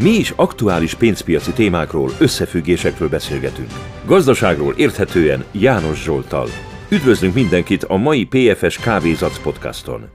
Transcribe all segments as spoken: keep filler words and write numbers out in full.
Mi is aktuális pénzpiaci témákról, összefüggésekről beszélgetünk. Gazdaságról érthetően János Zsolttal. Üdvözlünk mindenkit a mai pé ef es Kávézac podcaston.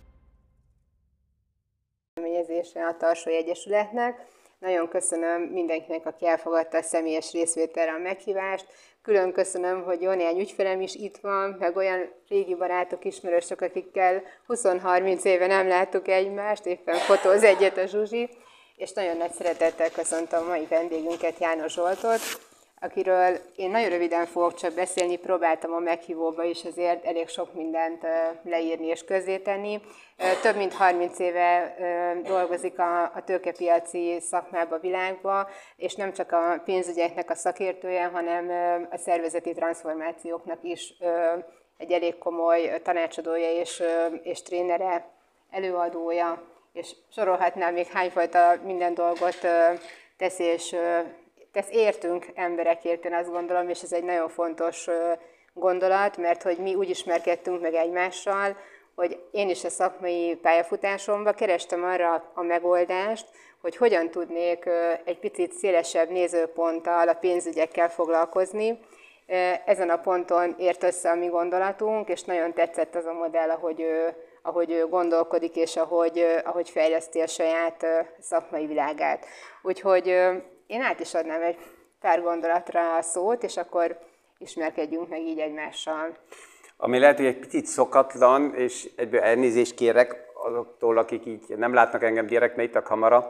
A Tarsói Egyesületnek. Nagyon köszönöm mindenkinek, aki elfogadta a személyes részvételre a meghívást. Külön köszönöm, hogy jó néhány ügyfelem is itt van, meg olyan régi barátok, ismerősök, akikkel húsz-harminc éve nem láttuk egymást, éppen fotóz egyet a Zsuzsi, és nagyon nagy szeretettel köszöntöm a mai vendégünket, János Zsoltot, akiről én nagyon röviden fogok csak beszélni, próbáltam a meghívóba is azért elég sok mindent leírni és közzétenni. Több mint harminc éve dolgozik a, a tőkepiaci szakmába, világba, és nem csak a pénzügyeknek a szakértője, hanem a szervezeti transformációknak is egy elég komoly tanácsadója és, és trénere, előadója, és sorolhatnám még hányfajta minden dolgot tesz, és tesz értünk emberekért, én azt gondolom, és ez egy nagyon fontos gondolat, mert hogy mi úgy ismerkedtünk meg egymással, hogy én is a szakmai pályafutásomban kerestem arra a megoldást, hogy hogyan tudnék egy picit szélesebb nézőponttal a pénzügyekkel foglalkozni. Ezen a ponton ért össze a mi gondolatunk, és nagyon tetszett az a modell, ahogy ő, ahogy ő gondolkodik, és ahogy, ahogy fejleszti a saját szakmai világát. Úgyhogy én át is adnám egy pár gondolatra a szót, és akkor ismerkedjünk meg így egymással. Ami lehet, hogy egy picit szokatlan, és egyből elnézést kérek azoktól, akik így nem látnak engem direkt, mert itt a kamera.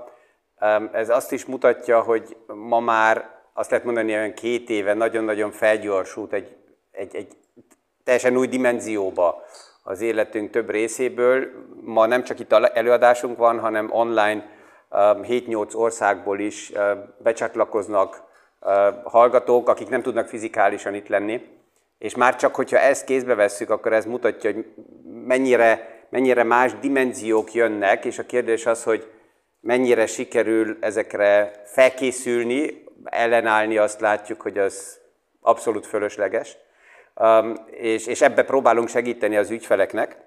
Ez azt is mutatja, hogy ma már azt lehet mondani, hogy olyan két éve nagyon-nagyon felgyorsult egy, egy, egy teljesen új dimenzióba az életünk több részéből. Ma nem csak itt előadásunk van, hanem online hét-nyolc országból is becsatlakoznak hallgatók, akik nem tudnak fizikálisan itt lenni. És már csak, hogyha ezt kézbe vesszük, akkor ez mutatja, hogy mennyire, mennyire más dimenziók jönnek, és a kérdés az, hogy mennyire sikerül ezekre felkészülni, ellenállni, azt látjuk, hogy az abszolút fölösleges. És, és ebbe próbálunk segíteni az ügyfeleknek.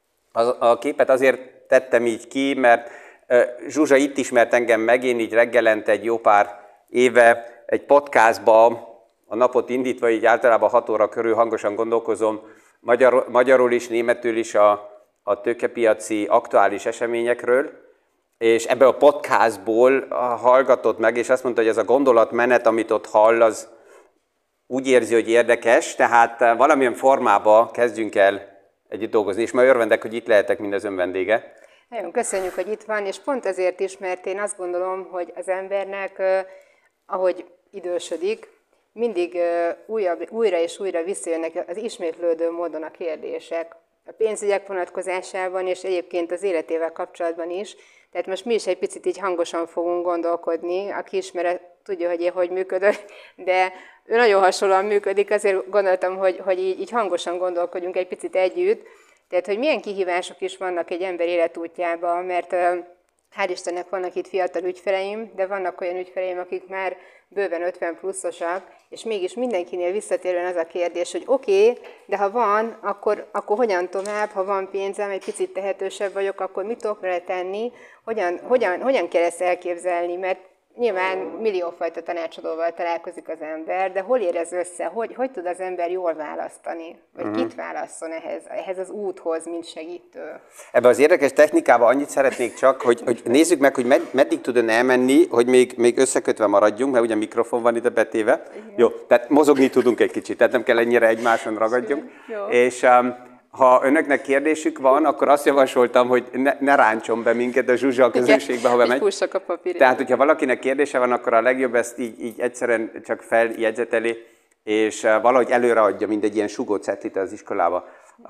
A, a képet azért tettem így ki, mert Zsuzsa itt ismert engem meg, én így reggelente egy jó pár éve egy podcastba a napot indítva, így általában hat óra körül hangosan gondolkozom, magyar, magyarul is, németül is a, a tőkepiaci aktuális eseményekről, és ebbe a podcastból hallgatott meg, és azt mondta, hogy ez a gondolatmenet, amit ott hall, az úgy érzi, hogy érdekes, tehát valamilyen formában kezdjünk el együtt dolgozni, és ma örvendek, hogy itt lehetek, mint az ön vendége. Nagyon köszönjük, hogy itt van, és pont ezért is, mert én azt gondolom, hogy az embernek, ahogy idősödik, mindig újabb, újra és újra visszajönnek az ismétlődő módon a kérdések. A pénzügyek vonatkozásában, és egyébként az életével kapcsolatban is. Tehát most mi is egy picit így hangosan fogunk gondolkodni, aki ismer, tudja, hogy én hogy működök, de ő nagyon hasonlóan működik, azért gondoltam, hogy, hogy így, így hangosan gondolkodjunk egy picit együtt. Tehát, hogy milyen kihívások is vannak egy ember életútjában, mert hál' Istennek vannak itt fiatal ügyfeleim, de vannak olyan ügyfeleim, akik már bőven ötven pluszosak, és mégis mindenkinél visszatérően az a kérdés, hogy oké, okay, de ha van, akkor, akkor hogyan tovább, ha van pénzem, egy picit tehetősebb vagyok, akkor mit tudok vele tenni, hogyan, hogyan, hogyan kell ezt elképzelni, mert nyilván milliófajta tanácsadóval találkozik az ember, de hol érez össze, hogy, hogy tud az ember jól választani, vagy uh-huh. kit válasszon ehhez, ehhez az úthoz, mint segítő? Ebben az érdekes technikában annyit szeretnék csak, hogy, hogy nézzük meg, hogy med, meddig tud ön elmenni, hogy még, még összekötve maradjunk, mert ugye mikrofon van ide betéve. Igen. Jó, tehát mozogni tudunk egy kicsit, tehát nem kell ennyire egymáson ragadjunk. Jó. És um, ha önöknek kérdésük van, akkor azt javasoltam, hogy ne, ne ráncson be minket a Zsuzsa a közönségbe, ha bemegy. Fussak a papírját. Tehát, hogyha valakinek kérdése van, akkor a legjobb ezt így, így egyszerűen csak feljegyzeteli, és valahogy előreadja mindegy ilyen sugócetlit az iskolába,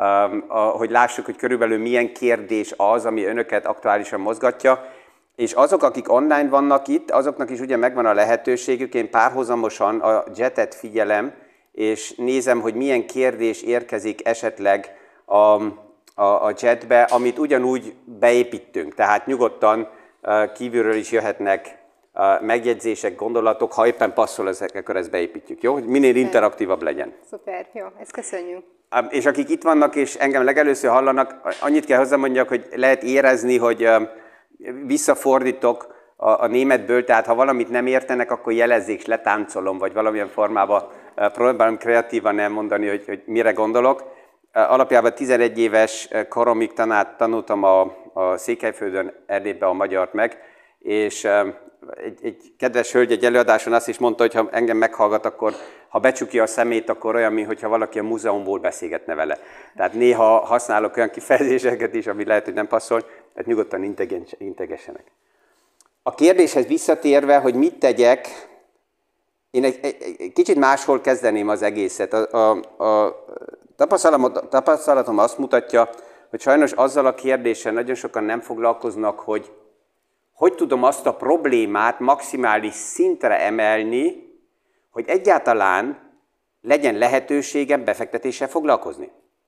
hogy lássuk, hogy körülbelül milyen kérdés az, ami önöket aktuálisan mozgatja. És azok, akik online vannak itt, azoknak is ugye megvan a lehetőségük, én párhuzamosan a Jetet figyelem, és nézem, hogy milyen kérdés érkezik esetleg a, a, a chatbe, amit ugyanúgy beépítünk. Tehát nyugodtan uh, kívülről is jöhetnek uh, megjegyzések, gondolatok, ha éppen passzol ezek, akkor ezt beépítjük, jó? Hogy minél interaktívabb legyen. Szuper, jó, ezt köszönjük. Uh, és akik itt vannak, és engem legelőször hallanak, annyit kell hozzá mondjak, hogy lehet érezni, hogy uh, visszafordítok a, a németből, tehát ha valamit nem értenek, akkor jelezzék, és letáncolom, vagy valamilyen formában próbálom kreatívan elmondani, hogy, hogy mire gondolok. Alapjában tizenegy éves koromig tanát, tanultam a, a Székelyföldön, Erdélyben a magyart meg, és egy, egy kedves hölgy egy előadáson azt is mondta, hogy ha engem meghallgat, akkor ha becsukja a szemét, akkor olyan, mintha valaki a múzeumból beszélgetne vele. Tehát néha használok olyan kifejezéseket is, ami lehet, hogy nem passzol, tehát nyugodtan integessenek. A kérdéshez visszatérve, hogy mit tegyek, én egy, egy, egy kicsit máshol kezdeném az egészet. A, a, a tapasztalatom, tapasztalatom azt mutatja, hogy sajnos azzal a kérdéssel nagyon sokan nem foglalkoznak, hogy hogy tudom azt a problémát maximális szintre emelni, hogy egyáltalán legyen lehetőségem befektetéssel foglalkozni.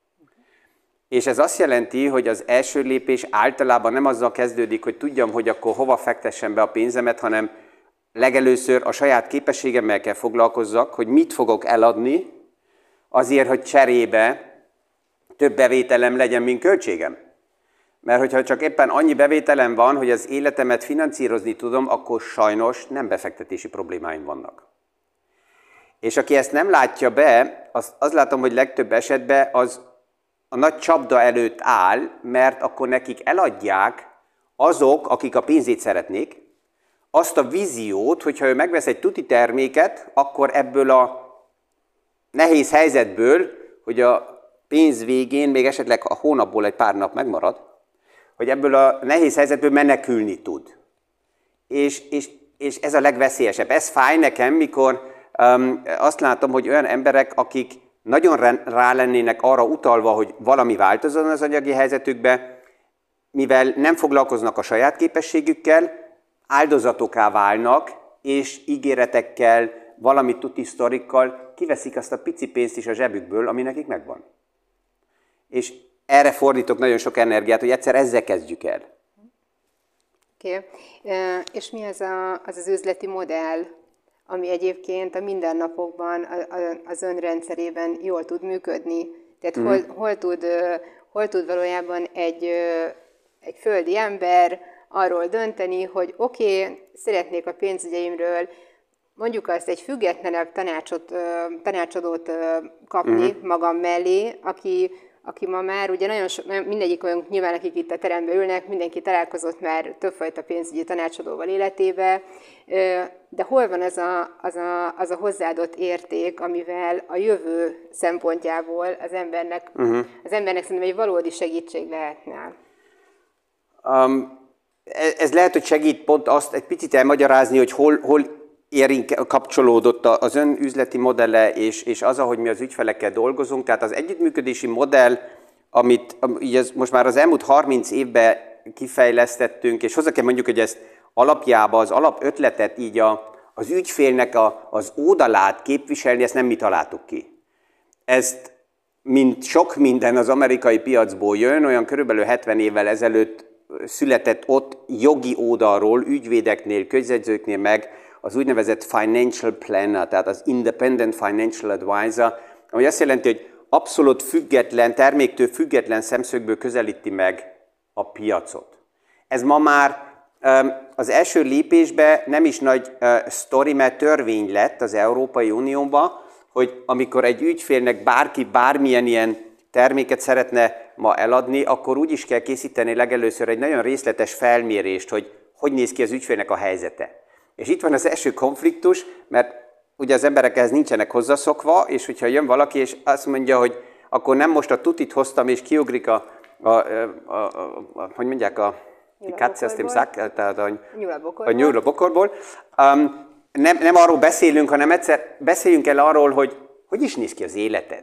És ez azt jelenti, hogy az első lépés általában nem azzal kezdődik, hogy tudjam, hogy akkor hova fektessem be a pénzemet, hanem legelőször a saját képességemmel kell foglalkozzak, hogy mit fogok eladni, azért, hogy cserébe több bevételem legyen, mint költségem. Mert hogyha csak éppen annyi bevételem van, hogy az életemet finanszírozni tudom, akkor sajnos nem befektetési problémáim vannak. És aki ezt nem látja be, az, az látom, hogy legtöbb esetben az a nagy csapda előtt áll, mert akkor nekik eladják azok, akik a pénzét szeretnék, azt a víziót, hogyha ő megvesz egy tuti terméket, akkor ebből a nehéz helyzetből, hogy a pénz végén még esetleg a hónapból egy pár nap megmarad, hogy ebből a nehéz helyzetből menekülni tud. És, és, és ez a legveszélyesebb. Ez fáj nekem, mikor um, azt látom, hogy olyan emberek, akik nagyon rá lennének arra utalva, hogy valami változzon az anyagi helyzetükbe, mivel nem foglalkoznak a saját képességükkel, áldozatokká válnak, és ígéretekkel, valami tuti sztorikkal kiveszik azt a pici pénzt is a zsebükből, ami nekik megvan. És erre fordítok nagyon sok energiát, hogy egyszer ezzel kezdjük el. Oké. Okay. És mi az, a, az az üzleti modell, ami egyébként a mindennapokban, az ön rendszerében jól tud működni? Tehát mm-hmm. hol, hol, tud, hol tud valójában egy, egy földi ember arról dönteni, hogy oké, okay, szeretnék a pénzügyeimről mondjuk azt egy függetlenebb tanácsot, tanácsadót kapni mm-hmm. magam mellé, aki, aki ma már ugye nagyon sok, mindegyik olyan, nyilván akik itt a teremben ülnek, mindenki találkozott már többfajta pénzügyi tanácsadóval életébe, de hol van az a, az, a, az a hozzáadott érték, amivel a jövő szempontjából az embernek, uh-huh. az embernek szerintem egy valódi segítség lehetne? Um, ez lehet, hogy segít pont azt egy picit elmagyarázni, hogy hol, hol érink, kapcsolódott az ön üzleti modelle, és, és az, ahogy mi az ügyfelekkel dolgozunk. Tehát az együttműködési modell, amit így ez most már az elmúlt harminc évben kifejlesztettünk, és hozzá kell mondjuk, hogy ezt alapjában, az alapötletet így a, az ügyfélnek a, az oldalát képviselni, ezt nem mi találtuk ki. Ezt, mint sok minden az amerikai piacból jön, olyan körülbelül hetven évvel ezelőtt született ott jogi oldalról, ügyvédeknél, közjegyzőknél meg az úgynevezett financial planner, tehát az independent financial advisor, ami azt jelenti, hogy abszolút független, terméktől független szemszögből közelíti meg a piacot. Ez ma már az első lépésben nem is nagy sztori, mert törvény lett az Európai Unióban, hogy amikor egy ügyfélnek bárki bármilyen ilyen terméket szeretne ma eladni, akkor úgy is kell készíteni legelőször egy nagyon részletes felmérést, hogy hogy néz ki az ügyfélnek a helyzete. És itt van az első konfliktus, mert ugye az emberek ehhez nincsenek hozzászokva, és hogyha jön valaki, és azt mondja, hogy akkor nem most a tutit hoztam, és kiugrik a, a, a, a, a hogy mondják, a nyúlabokorból, a nyúlabokorból. Um, nem, nem arról beszélünk, hanem egyszer beszéljünk el arról, hogy hogy is néz ki az életed.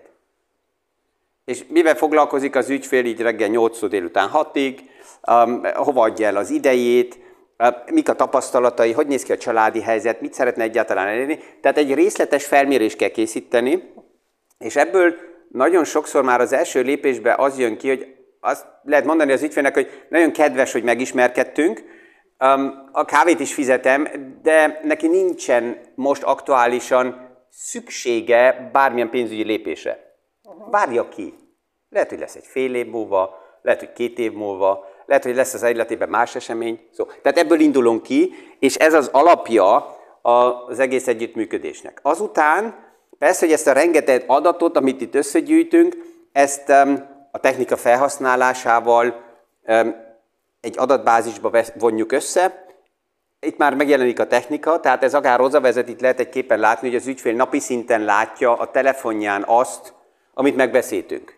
És mivel foglalkozik az ügyfél így reggel nyolctól délután hatig, um, hova adja el az idejét, uh, mik a tapasztalatai, hogy néz ki a családi helyzet, mit szeretne egyáltalán elérni. Tehát egy részletes felmérést kell készíteni, és ebből nagyon sokszor már az első lépésben az jön ki, hogy azt lehet mondani az ügyfélnek, hogy nagyon kedves, hogy megismerkedtünk, um, a kávét is fizetem, de neki nincsen most aktuálisan szüksége bármilyen pénzügyi lépésre. Várja ki. Lehet, hogy lesz egy fél év múlva, lehet, hogy két év múlva, lehet, hogy lesz az életében más esemény. Szó. Tehát ebből indulunk ki, és ez az alapja az egész együttműködésnek. Azután persze, hogy ezt a rengeteg adatot, amit itt összegyűjtünk, ezt a technika felhasználásával egy adatbázisba vonjuk össze. Itt már megjelenik a technika, tehát ez akár odavezet, itt lehet egy képen látni, hogy az ügyfél napi szinten látja a telefonján azt, amit megbeszéltünk.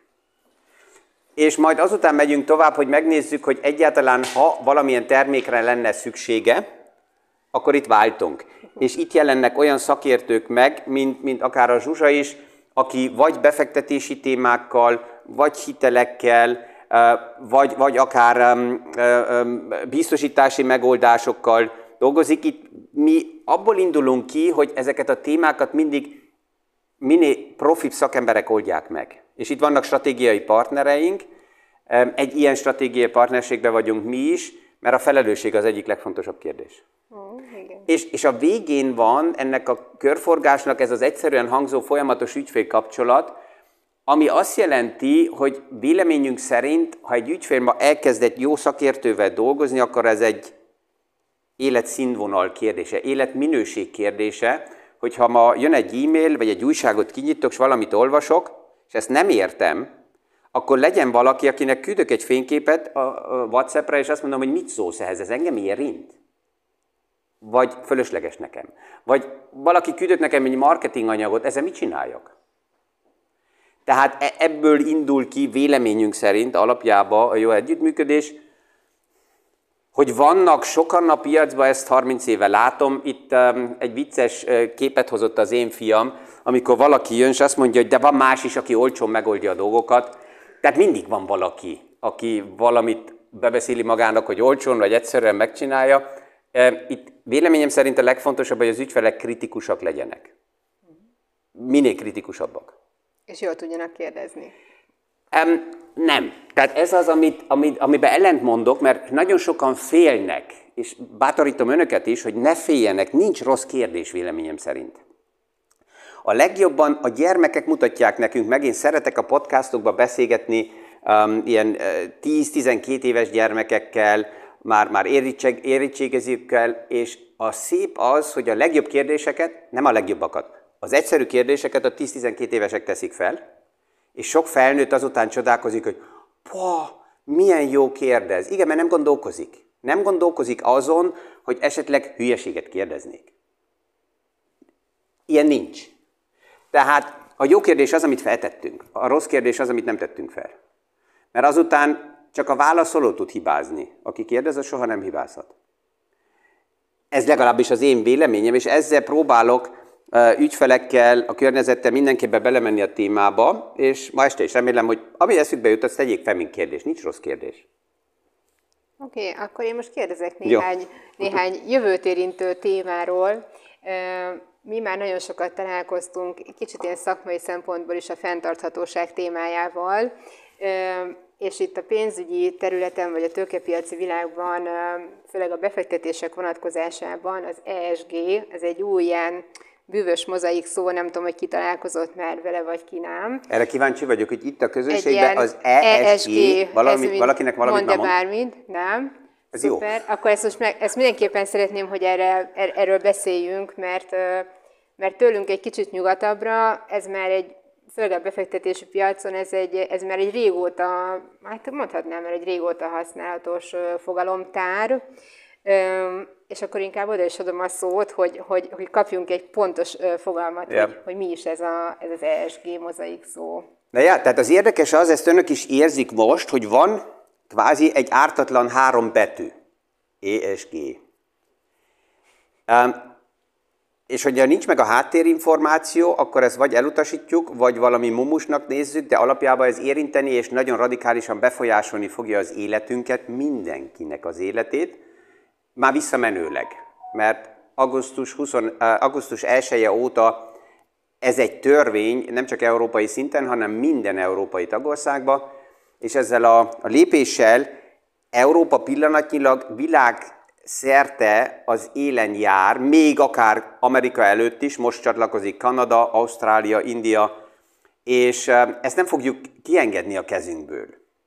És majd azután megyünk tovább, hogy megnézzük, hogy egyáltalán, ha valamilyen termékre lenne szüksége, akkor itt váltunk. És itt jelennek olyan szakértők meg, mint, mint akár a Zsuzsa is, aki vagy befektetési témákkal, vagy hitelekkel, vagy, vagy akár biztosítási megoldásokkal dolgozik. Itt mi abból indulunk ki, hogy ezeket a témákat mindig minél profibb szakemberek oldják meg. És itt vannak stratégiai partnereink, egy ilyen stratégiai partnerségben vagyunk mi is, mert a felelősség az egyik legfontosabb kérdés. Oh, igen. És, és a végén van ennek a körforgásnak ez az egyszerűen hangzó folyamatos ügyfélkapcsolat, ami azt jelenti, hogy véleményünk szerint, ha egy ügyfél ma elkezd egy jó szakértővel dolgozni, akkor ez egy életszínvonal kérdése, életminőség kérdése, hogyha ma jön egy e-mail, vagy egy újságot kinyitok, és valamit olvasok, és ezt nem értem, akkor legyen valaki, akinek küldök egy fényképet a WhatsAppra, és azt mondom, hogy mit szólsz ehhez, ez engem érint? Vagy fölösleges nekem. Vagy valaki küldött nekem egy marketing anyagot, ezzel mit csináljak? Tehát ebből indul ki véleményünk szerint alapjában a jó együttműködés, hogy vannak sokan a piacban, ezt harminc éve látom, itt um, egy vicces képet hozott az én fiam, amikor valaki jön, és azt mondja, hogy de van más is, aki olcsón megoldja a dolgokat. Tehát mindig van valaki, aki valamit bebeszéli magának, hogy olcsón, vagy egyszerűen megcsinálja. Itt véleményem szerint a legfontosabb, hogy az ügyfelek kritikusak legyenek. Minél kritikusabbak. És jól tudjanak kérdezni. Um, nem. Tehát ez az, amit, amit, amiben ellent mondok, mert nagyon sokan félnek, és bátorítom önöket is, hogy ne féljenek, nincs rossz kérdés véleményem szerint. A legjobban a gyermekek mutatják nekünk meg, én szeretek a podcastokba beszélgetni um, ilyen uh, tíz-tizenkét éves gyermekekkel, már, már érettségezőkkel, és a szép az, hogy a legjobb kérdéseket, nem a legjobbakat, az egyszerű kérdéseket a tíz-tizenkét évesek teszik fel, és sok felnőtt azután csodálkozik, hogy pá, milyen jó kérdez. Igen, mert nem gondolkozik. Nem gondolkozik azon, hogy esetleg hülyeséget kérdeznék. Ilyen nincs. Tehát a jó kérdés az, amit feltettünk. A rossz kérdés az, amit nem tettünk fel. Mert azután csak a válaszoló tud hibázni. Aki kérdez, az soha nem hibázhat. Ez legalábbis az én véleményem, és ezzel próbálok ügyfelekkel, a környezettel mindenképpen belemenni a témába, és ma este is remélem, hogy ami eszükbe jut, azt tegyék fel, mint kérdés. Nincs rossz kérdés. Oké, okay, akkor én most kérdezek néhány, néhány jövőt érintő témáról. Mi már nagyon sokat találkoztunk, kicsit ilyen szakmai szempontból is a fenntarthatóság témájával, és itt a pénzügyi területen, vagy a tőkepiaci világban, főleg a befektetések vonatkozásában az E S G, ez egy új ilyen bűvös mozaik szó, nem tudom, hogy ki találkozott már vele, vagy ki nem. Erre kíváncsi vagyok, hogy itt a közönségben az E S G, valami, ez valakinek valamit mondja bármit, nem? Ez szuper. Jó. Akkor ezt, most meg, ezt mindenképpen szeretném, hogy erre, er, erről beszéljünk, mert, mert tőlünk egy kicsit nyugatabbra, ez már egy, főleg a befektetési piacon, ez, egy, ez már egy régóta, hát mondhatnám, mert egy régóta használatos fogalomtár, és akkor inkább oda is adom a szót, hogy, hogy, hogy kapjunk egy pontos fogalmat, yeah. hogy, hogy mi is ez, a, ez az E S G mozaik szó. Na ja, tehát az érdekes az, ezt önök is érzik most, hogy van kvázi egy ártatlan három betű. E S G. Um, és hogyha nincs meg a háttérinformáció, akkor ezt vagy elutasítjuk, vagy valami mumusnak nézzük, de alapjában ez érinteni és nagyon radikálisan befolyásolni fogja az életünket, mindenkinek az életét, már visszamenőleg. Mert augusztus, huszonötödike, augusztus elseje óta ez egy törvény, nem csak európai szinten, hanem minden európai tagországban, és ezzel a, a lépéssel Európa pillanatnyilag világszerte az élen jár, még akár Amerika előtt is, most csatlakozik Kanada, Ausztrália, India, és ezt nem fogjuk kiengedni a kezünkből.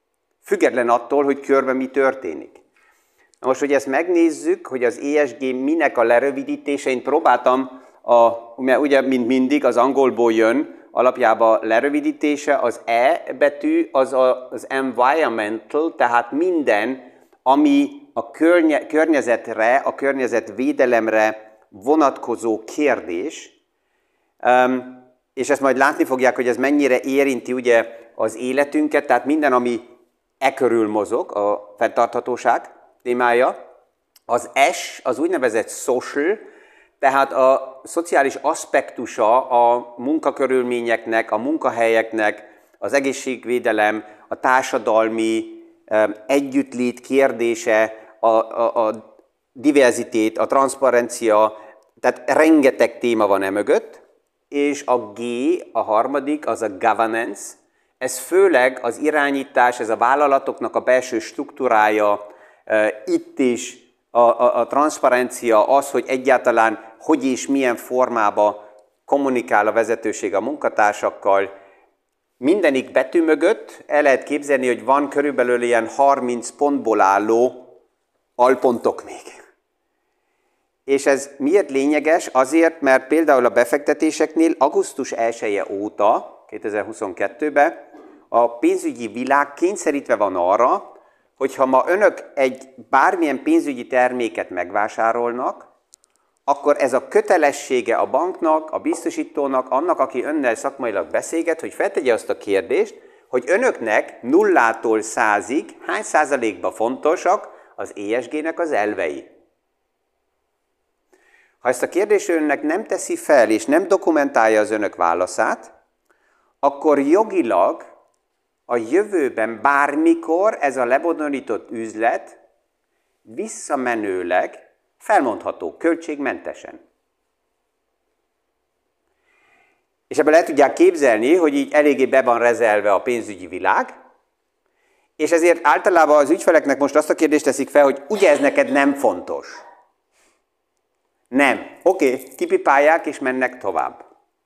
Független attól, hogy körben mi történik. Na most, hogy ezt megnézzük, hogy az é es gé minek a lerövidítése, én próbáltam, a, ugye, mint mindig, az angolból jön, alapjában lerövidítése, az E betű, az a, az environmental, tehát minden, ami a környe, környezetre, a környezetvédelemre vonatkozó kérdés, um, és ezt majd látni fogják, hogy ez mennyire érinti ugye az életünket, tehát minden, ami e körül mozog, a fenntarthatóság témája. Az S, az úgynevezett social, tehát a szociális aspektusa a munkakörülményeknek, a munkahelyeknek, az egészségvédelem, a társadalmi um, együttlét kérdése, a, a, a diverzitét, a transzparencia, tehát rengeteg téma van e mögött, és a G, a harmadik, az a governance, ez főleg az irányítás, ez a vállalatoknak a belső struktúrája, itt is a, a, a transzparencia, az, hogy egyáltalán hogy és milyen formában kommunikál a vezetőség a munkatársakkal. Mindenik betű mögött el lehet képzelni, hogy van körülbelül ilyen harminc pontból álló alpontok még. És ez miért lényeges? Azért, mert például a befektetéseknél augusztus elseje óta, kétezer-huszonkettőben, a pénzügyi világ kényszerítve van arra, hogyha ma önök egy bármilyen pénzügyi terméket megvásárolnak, akkor ez a kötelessége a banknak, a biztosítónak, annak, aki önnel szakmailag beszélget, hogy feltegye azt a kérdést, hogy önöknek nullától százig hány százalékban fontosak az é es gének az elvei. Ha ezt a kérdést önnek nem teszi fel, és nem dokumentálja az önök válaszát, akkor jogilag a jövőben bármikor ez a lebonyolított üzlet visszamenőleg felmondható költségmentesen. És ebből el tudják képzelni, hogy így eléggé be van rezelve a pénzügyi világ, és ezért általában az ügyfeleknek most azt a kérdést teszik fel, hogy ugye ez neked nem fontos. Nem. Oké, okay, kipipálják és mennek tovább.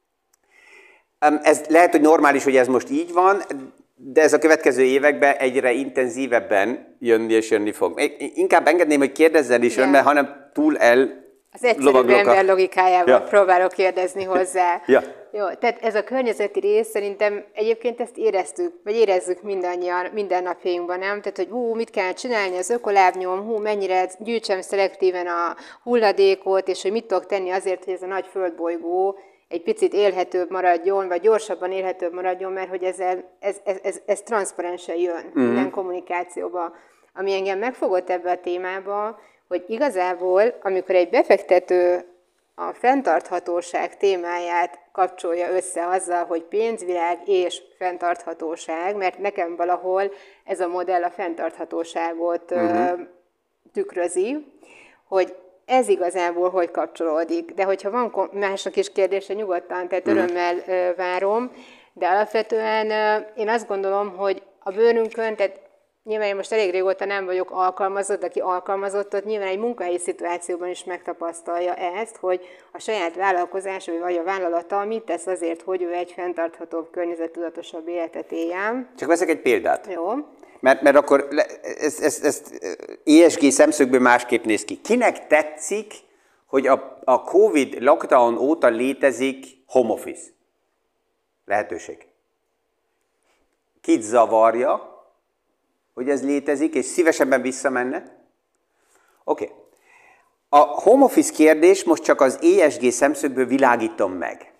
Ez lehet, hogy normális, hogy ez most így van, de ez a következő években egyre intenzívebben jönni és jönni fog. Inkább engedném, hogy kérdezzen is ön, mert hanem túl el az egyszerű ember logikájával ja. próbálok kérdezni hozzá. Ja. Jó, tehát ez a környezeti rész, szerintem egyébként ezt éreztük, vagy érezzük mindannyian, minden napjainkban, nem? Tehát, hogy hú, mit kell csinálni az ökolábnyom, hú, mennyire gyűjtsem szelektíven a hulladékot, és hogy mit tudok tenni azért, hogy ez a nagy földbolygó egy picit élhetőbb maradjon, vagy gyorsabban élhetőbb maradjon, mert hogy ezzel, ez, ez, ez, ez transzparensen jön mm-hmm. minden kommunikációba. Ami engem megfogott ebbe a témába, hogy igazából, amikor egy befektető a fenntarthatóság témáját kapcsolja össze azzal, hogy pénzvilág és fenntarthatóság, mert nekem valahol ez a modell a fenntarthatóságot uh-huh. tükrözi, hogy ez igazából hogy kapcsolódik. De hogyha van másnak is kérdése, nyugodtan, tehát uh-huh. örömmel várom, de alapvetően én azt gondolom, hogy a bőrünkön, tehát nyilván én most elég régóta nem vagyok alkalmazott, aki alkalmazott, ott nyilván egy munkahelyi szituációban is megtapasztalja ezt, hogy a saját vállalkozása vagy a vállalata mit tesz azért, hogy ő egy fenntarthatóbb, környezettudatosabb életet éljen. Csak veszek egy példát. Jó. Mert, mert akkor ez, ez, ez é es gé szemszögből másképp néz ki. Kinek tetszik, hogy a, a Covid lockdown óta létezik home office lehetőség? Kit zavarja, hogy ez létezik, és szívesebben visszamenne? Oké. Okay. A home office kérdés most csak az é es gé szemszögből világítom meg.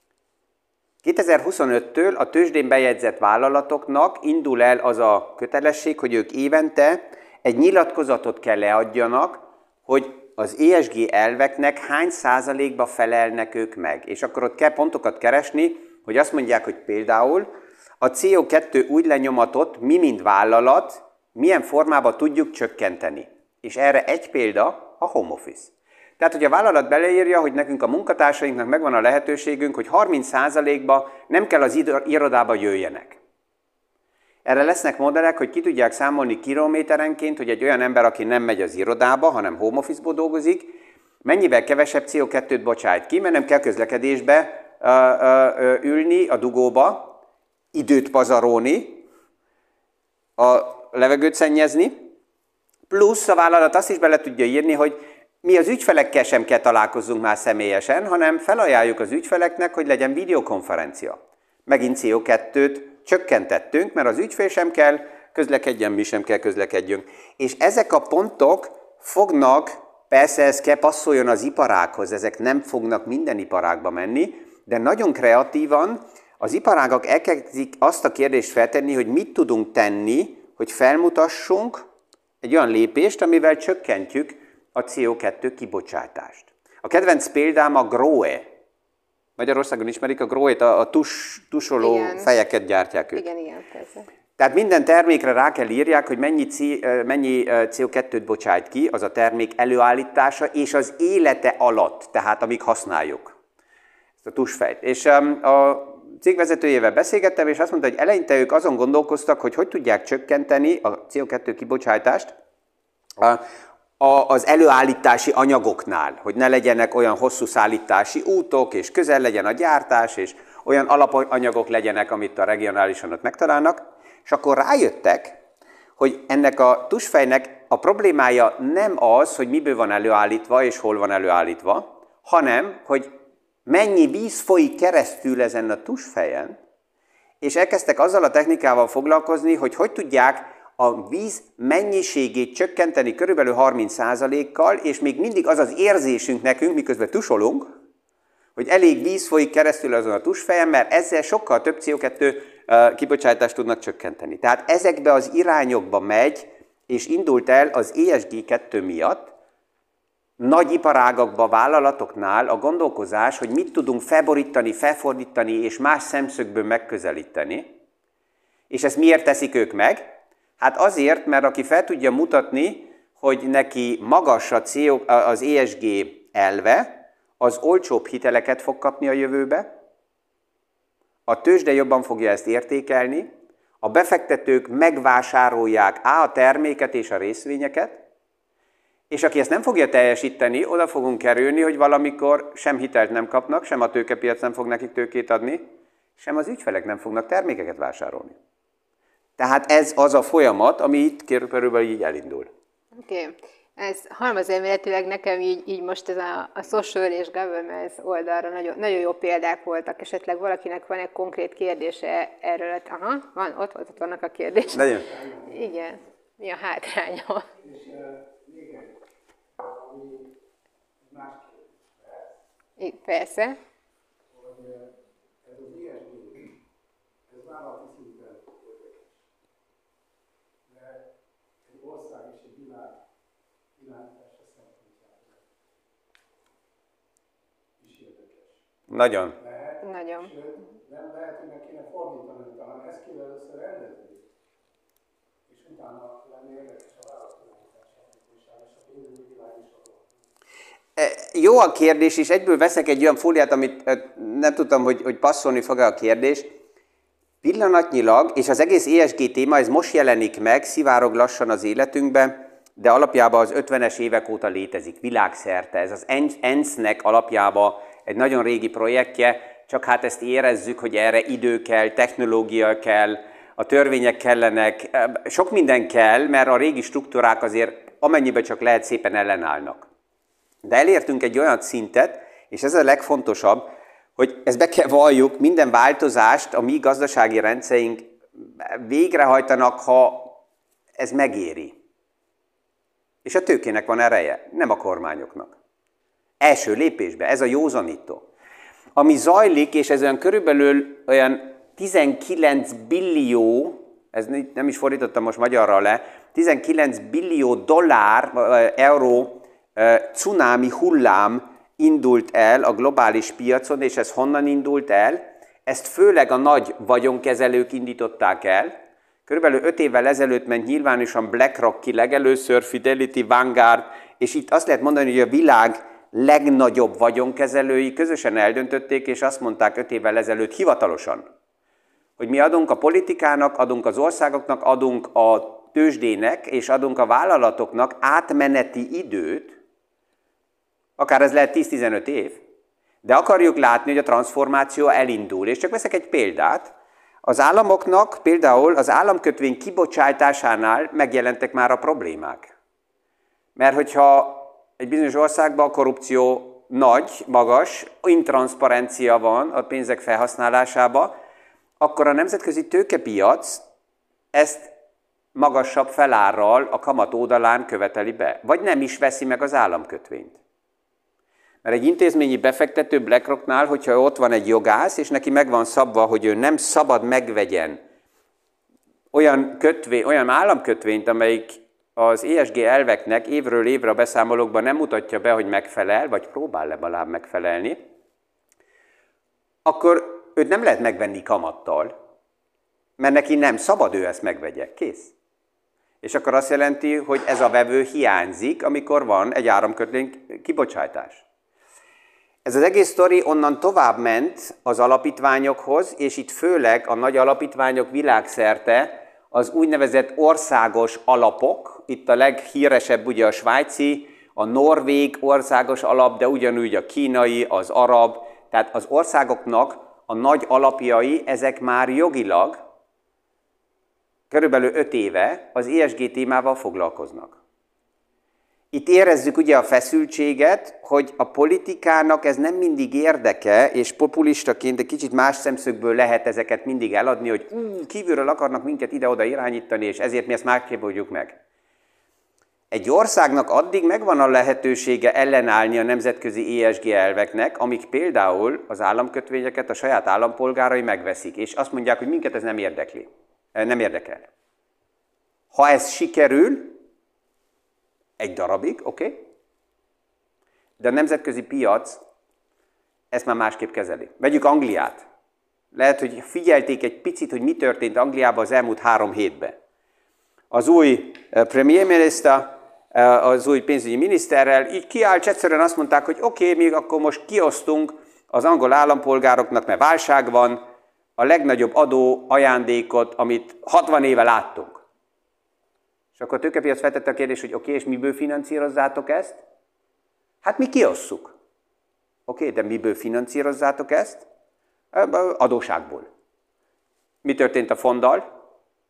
kétezer-huszonöttől a tőzsdén bejegyzett vállalatoknak indul el az a kötelesség, hogy ők évente egy nyilatkozatot kell leadjanak, hogy az é es gé elveknek hány százalékba felelnek ők meg. És akkor ott kell pontokat keresni, hogy azt mondják, hogy például a cé o kettő úgy lenyomatot mi, mint vállalat, milyen formában tudjuk csökkenteni. És erre egy példa a home office. Tehát, hogy a vállalat beleírja, hogy nekünk a munkatársainknak megvan a lehetőségünk, hogy harminc százalékba nem kell az irodába jöjjenek. Erre lesznek modellek, hogy ki tudják számolni kilométerenként, hogy egy olyan ember, aki nem megy az irodába, hanem home office-ból dolgozik, mennyivel kevesebb cé o kettőt bocsájt ki, mert nem kell közlekedésbe ö, ö, ö, ülni a dugóba, időt pazarolni, a levegőt szennyezni, plusz a vállalat azt is bele tudja írni, hogy mi az ügyfelekkel sem kell találkozzunk már személyesen, hanem felajánljuk az ügyfeleknek, hogy legyen videokonferencia. Megint cé o kettőt csökkentettünk, mert az ügyfél sem kell közlekedjen, mi sem kell közlekedjünk. És ezek a pontok fognak, persze ez kell passzoljon az iparághoz, ezek nem fognak minden iparágba menni, de nagyon kreatívan az iparágak elkezdik azt a kérdést feltenni, hogy mit tudunk tenni, hogy felmutassunk egy olyan lépést, amivel csökkentjük a cé o kettő kibocsátást. A kedvenc példám a Grohe. Magyarországon ismerik a Grohe-t, a, a tus, tusoló igen. fejeket gyártják ők. Igen, igen, persze. Tehát minden termékre rá kell írják, hogy mennyi, mennyi cé o kettőt bocsájt ki, az a termék előállítása és az élete alatt, tehát amíg használjuk ezt a tusfejt. És a cégvezetőjével beszélgettem, és azt mondta, hogy eleinte ők azon gondolkoztak, hogy hogy tudják csökkenteni a cé o kettő kibocsátást az előállítási anyagoknál, hogy ne legyenek olyan hosszú szállítási útok, és közel legyen a gyártás, és olyan alapanyagok legyenek, amit a regionálisan ott megtalálnak, és akkor rájöttek, hogy ennek a tusfejnek a problémája nem az, hogy miből van előállítva, és hol van előállítva, hanem, hogy mennyi víz folyik keresztül ezen a tusfejen, és elkezdtek azzal a technikával foglalkozni, hogy hogy tudják a víz mennyiségét csökkenteni körülbelül harminc százalékkal, és még mindig az az érzésünk nekünk, miközben tusolunk, hogy elég víz folyik keresztül azon a tusfejen, mert ezzel sokkal több cé o kettő kibocsátást tudnak csökkenteni. Tehát ezekbe az irányokba megy, és indult el az é es gé kettő miatt, nagy iparágakban, vállalatoknál a gondolkozás, hogy mit tudunk felborítani, felfordítani és más szemszögből megközelíteni. És ezt miért teszik ők meg? Hát azért, mert aki fel tudja mutatni, hogy neki magas a cé o, az é es gé elve, az olcsóbb hiteleket fog kapni a jövőbe, a tőzsde jobban fogja ezt értékelni, a befektetők megvásárolják á a terméket és a részvényeket, és aki ezt nem fogja teljesíteni, oda fogunk kerülni, hogy valamikor sem hitelt nem kapnak, sem a tőkepiac nem fog nekik tőkét adni, sem az ügyfelek nem fognak termékeket vásárolni. Tehát ez az a folyamat, ami itt körülbelül így elindul. Oké. Okay. Ez halmazelméletileg nekem így, így most ez a, a social és governance oldalra nagyon, nagyon jó példák voltak. Esetleg valakinek van egy konkrét kérdése erről? Aha, van, ott, ott, ott vannak a kérdések. Nagyon. Igen. Mi a hátránya? És uh, még egy, ami más kérdés. Persze. Hogy uh, ez az i es gé, ez vállalati szinten érdekes. Mert egy ország és egy világ irányítása szempontjából is érdekes. Nagyon. Lehet, Nagyon. Sőt, nem lehet, hogy meg kéne fordítani, hanem ezt kéne először rendezni. És utána lenne érdekes a vállalatirányítása, és a pénzügyi világ is adott. Jó a kérdés, és egyből veszek egy olyan fóliát, amit nem tudtam, hogy, hogy passzolni fog-e a kérdés. Pillanatnyilag, és az egész é es gé téma, ez most jelenik meg, szivárog lassan az életünkbe, de alapjában az ötvenes évek óta létezik, világszerte. Ez az en i en es nek alapjában egy nagyon régi projektje, csak hát ezt érezzük, hogy erre idő kell, technológia kell, a törvények kellenek, sok minden kell, mert a régi struktúrák azért amennyiben csak lehet szépen ellenállnak. De elértünk egy olyan szintet, és ez a legfontosabb, hogy ezt be kell valljuk, minden változást a mi gazdasági rendszerünk végrehajtanak, ha ez megéri. És a tőkének van ereje, nem a kormányoknak. Első lépésben, ez a józanító. Ami zajlik, és ez olyan körülbelül olyan tizenkilenc billió, ez nem is fordítottam most magyarra le, tizenkilenc billió dollár, euró cunámi hullám indult el a globális piacon, és ez honnan indult el? Ezt főleg a nagy vagyonkezelők indították el. Körülbelül öt évvel ezelőtt ment nyilvánosan BlackRock ki legelőször, Fidelity, Vanguard, és itt azt lehet mondani, hogy a világ legnagyobb vagyonkezelői közösen eldöntötték, és azt mondták öt évvel ezelőtt hivatalosan, hogy mi adunk a politikának, adunk az országoknak, adunk a tőzsdének, és adunk a vállalatoknak átmeneti időt, akár ez lehet tíz-tizenöt év, de akarjuk látni, hogy a transformáció elindul. És csak veszek egy példát, az államoknak például az államkötvény kibocsátásánál megjelentek már a problémák. Mert hogyha egy bizonyos országban a korrupció nagy, magas, intranszparencia van a pénzek felhasználásában, akkor a nemzetközi tőkepiac ezt magasabb felárral a kamat oldalán követeli be, vagy nem is veszi meg az államkötvényt. Mert egy intézményi befektető BlackRocknál, hogyha ott van egy jogász, és neki meg van szabva, hogy ő nem szabad megvegyen olyan, kötvény, olyan államkötvényt, amelyik az é es gé elveknek évről évre a beszámolókban nem mutatja be, hogy megfelel, vagy próbál legalább megfelelni, akkor őt nem lehet megvenni kamattal, mert neki nem szabad ő ezt megvegye. Kész. És akkor azt jelenti, hogy ez a vevő hiányzik, amikor van egy államkötvény kibocsátás. Ez az egész sztori onnan tovább ment az alapítványokhoz, és itt főleg a nagy alapítványok világszerte az úgynevezett országos alapok, itt a leghíresebb ugye a svájci, a norvég országos alap, de ugyanúgy a kínai, az arab, tehát az országoknak a nagy alapjai, ezek már jogilag körülbelül öt éve az é es gé témával foglalkoznak. Itt érezzük ugye a feszültséget, hogy a politikának ez nem mindig érdeke, és populistaként egy kicsit más szemszögből lehet ezeket mindig eladni, hogy ú, kívülről akarnak minket ide-oda irányítani, és ezért mi ezt másképp oldjuk meg. Egy országnak addig megvan a lehetősége ellenállni a nemzetközi é es gé elveknek, amik például az államkötvényeket a saját állampolgárai megveszik, és azt mondják, hogy minket ez nem érdekli, nem érdekel. Ha ez sikerül, egy darabig, oké? Okay? De a nemzetközi piac ezt már másképp kezeli. Vegyük Angliát. Lehet, hogy figyelték egy picit, hogy mi történt Angliában az elmúlt három hétben. Az új Premier Minister, az új pénzügyi miniszterrel így kiállt, egyszerűen azt mondták, hogy oké, okay, még akkor most kiosztunk az angol állampolgároknak, mert válság van, a legnagyobb adó ajándékot, amit hatvan éve láttunk. És akkor a tőkepiac feltette a kérdést, hogy oké, okay, és miből finanszírozzátok ezt? Hát mi kiosszuk. Oké, okay, de miből finanszírozzátok ezt? Adóságból. Mi történt a fonddal?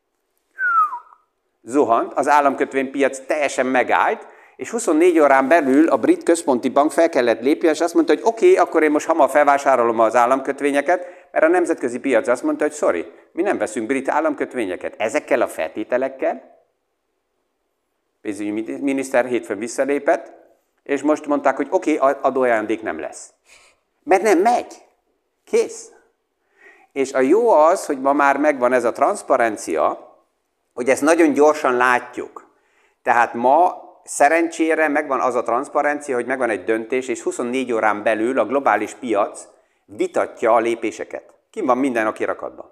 Zuhant, az államkötvénypiac teljesen megállt, és huszonnégy órán belül a brit központi bank fel kellett lépjen, és azt mondta, hogy oké, okay, akkor én most hamar felvásárolom az államkötvényeket, mert a nemzetközi piac azt mondta, hogy sorry, mi nem veszünk brit államkötvényeket. Ezekkel a feltételekkel pénzügyi miniszter hétfőn visszalépett, és most mondták, hogy oké, okay, adóajándék nem lesz. Mert nem megy. Kész. És a jó az, hogy ma már megvan ez a transzparencia, hogy ezt nagyon gyorsan látjuk. Tehát ma szerencsére megvan az a transzparencia, hogy megvan egy döntés, és huszonnégy órán belül a globális piac vitatja a lépéseket. Kim van minden a kirakatban.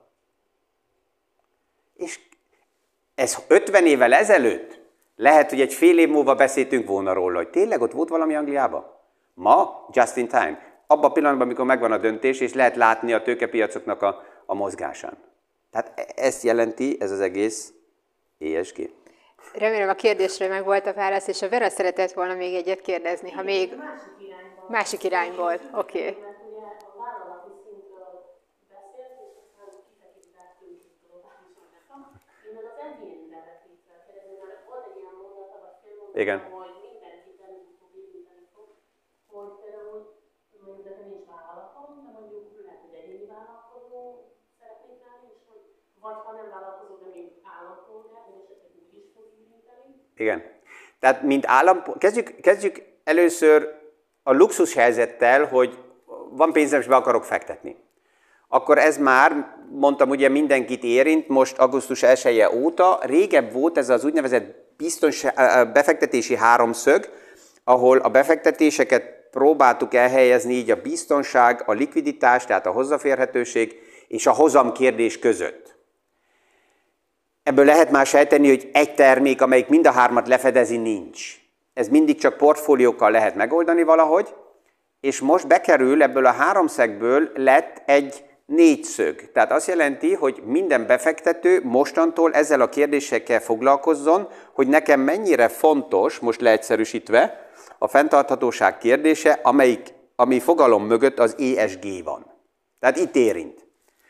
És ez ötven évvel ezelőtt lehet, hogy egy fél év múlva beszéltünk volna róla, hogy tényleg ott volt valami Angliában? Ma, just in time. Abban a pillanatban, amikor megvan a döntés, és lehet látni a tőkepiacoknak a, a mozgásán. Tehát ezt jelenti ez az egész é es gé. Remélem a kérdésre meg volt a válasz, és a Vera szeretett volna még egyet kérdezni, ha még... Másik irányból. Másik irányból, oké. Okay. Mert ugye a vállalati szintről beszélt, és aztán kitekintett külsőtől viszonyítom. Én meg az egyéniben vetítve kérdezni, mert volt egy ilyen mondata, vagy félmondata, hogy mindenkit előbb-utóbb érinteni fog, hogy például mondjuk nekem nincs vállalatom, de mondjuk lehet, hogy egyéni vállalkozó szeretnék rá is, hogy vagy ha nem vállalkozó, de még állampolgár, de esetleg úgy is fog érinteni. Igen. Tehát, mint állampolgár, kezdjük, kezdjük először a luxus helyzettel, hogy van pénzem, és be akarok fektetni. Akkor ez már, mondtam, ugye mindenkit érint, most augusztus elseje óta, régebb volt ez az úgynevezett biztonság, befektetési háromszög, ahol a befektetéseket próbáltuk elhelyezni így a biztonság, a likviditás, tehát a hozzáférhetőség és a hozam kérdés között. Ebből lehet már sejteni, hogy egy termék, amelyik mind a hármat lefedezi, nincs. Ez mindig csak portfóliókkal lehet megoldani valahogy, és most bekerül ebből a háromszegből lett egy négyszög. Tehát azt jelenti, hogy minden befektető mostantól ezzel a kérdésekkel foglalkozzon, hogy nekem mennyire fontos, most leegyszerűsítve, a fenntarthatóság kérdése, amelyik, ami fogalom mögött az é es gé van. Tehát itt érint.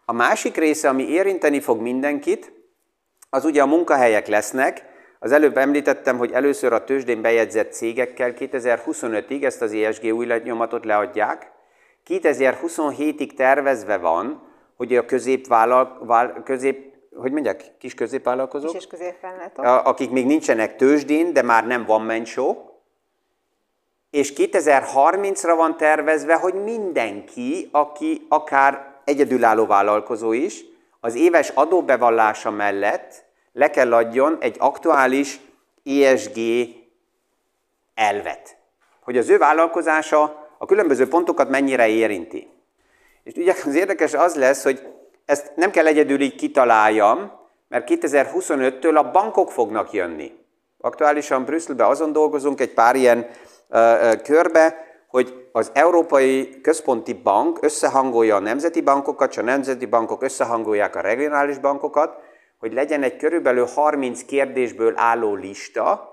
A másik része, ami érinteni fog mindenkit, az ugye a munkahelyek lesznek. Az előbb említettem, hogy először a tőzsdén bejegyzett cégekkel kétezer-huszonötig ezt az é es gé új lenyomatot leadják. kétezer-huszonhétig tervezve van, hogy a középvállal, közép, hogy mondják, kis középvállalkozók, kis és középvállalatok, akik még nincsenek tőzsdén, de már nem one man show, és kétezer-harmincra van tervezve, hogy mindenki, aki akár egyedülálló vállalkozó is, az éves adóbevallása mellett le kell adjon egy aktuális é es gé elvet, hogy az ő vállalkozása a különböző pontokat mennyire érinti. És ugye az érdekes az lesz, hogy ezt nem kell egyedül így kitaláljam, mert kétezer-huszonöttől a bankok fognak jönni. Aktuálisan Brüsszelben azon dolgozunk egy pár ilyen uh, uh, körbe, hogy az Európai Központi Bank összehangolja a nemzeti bankokat, és a nemzeti bankok összehangolják a regionális bankokat, hogy legyen egy körülbelül harminc kérdésből álló lista,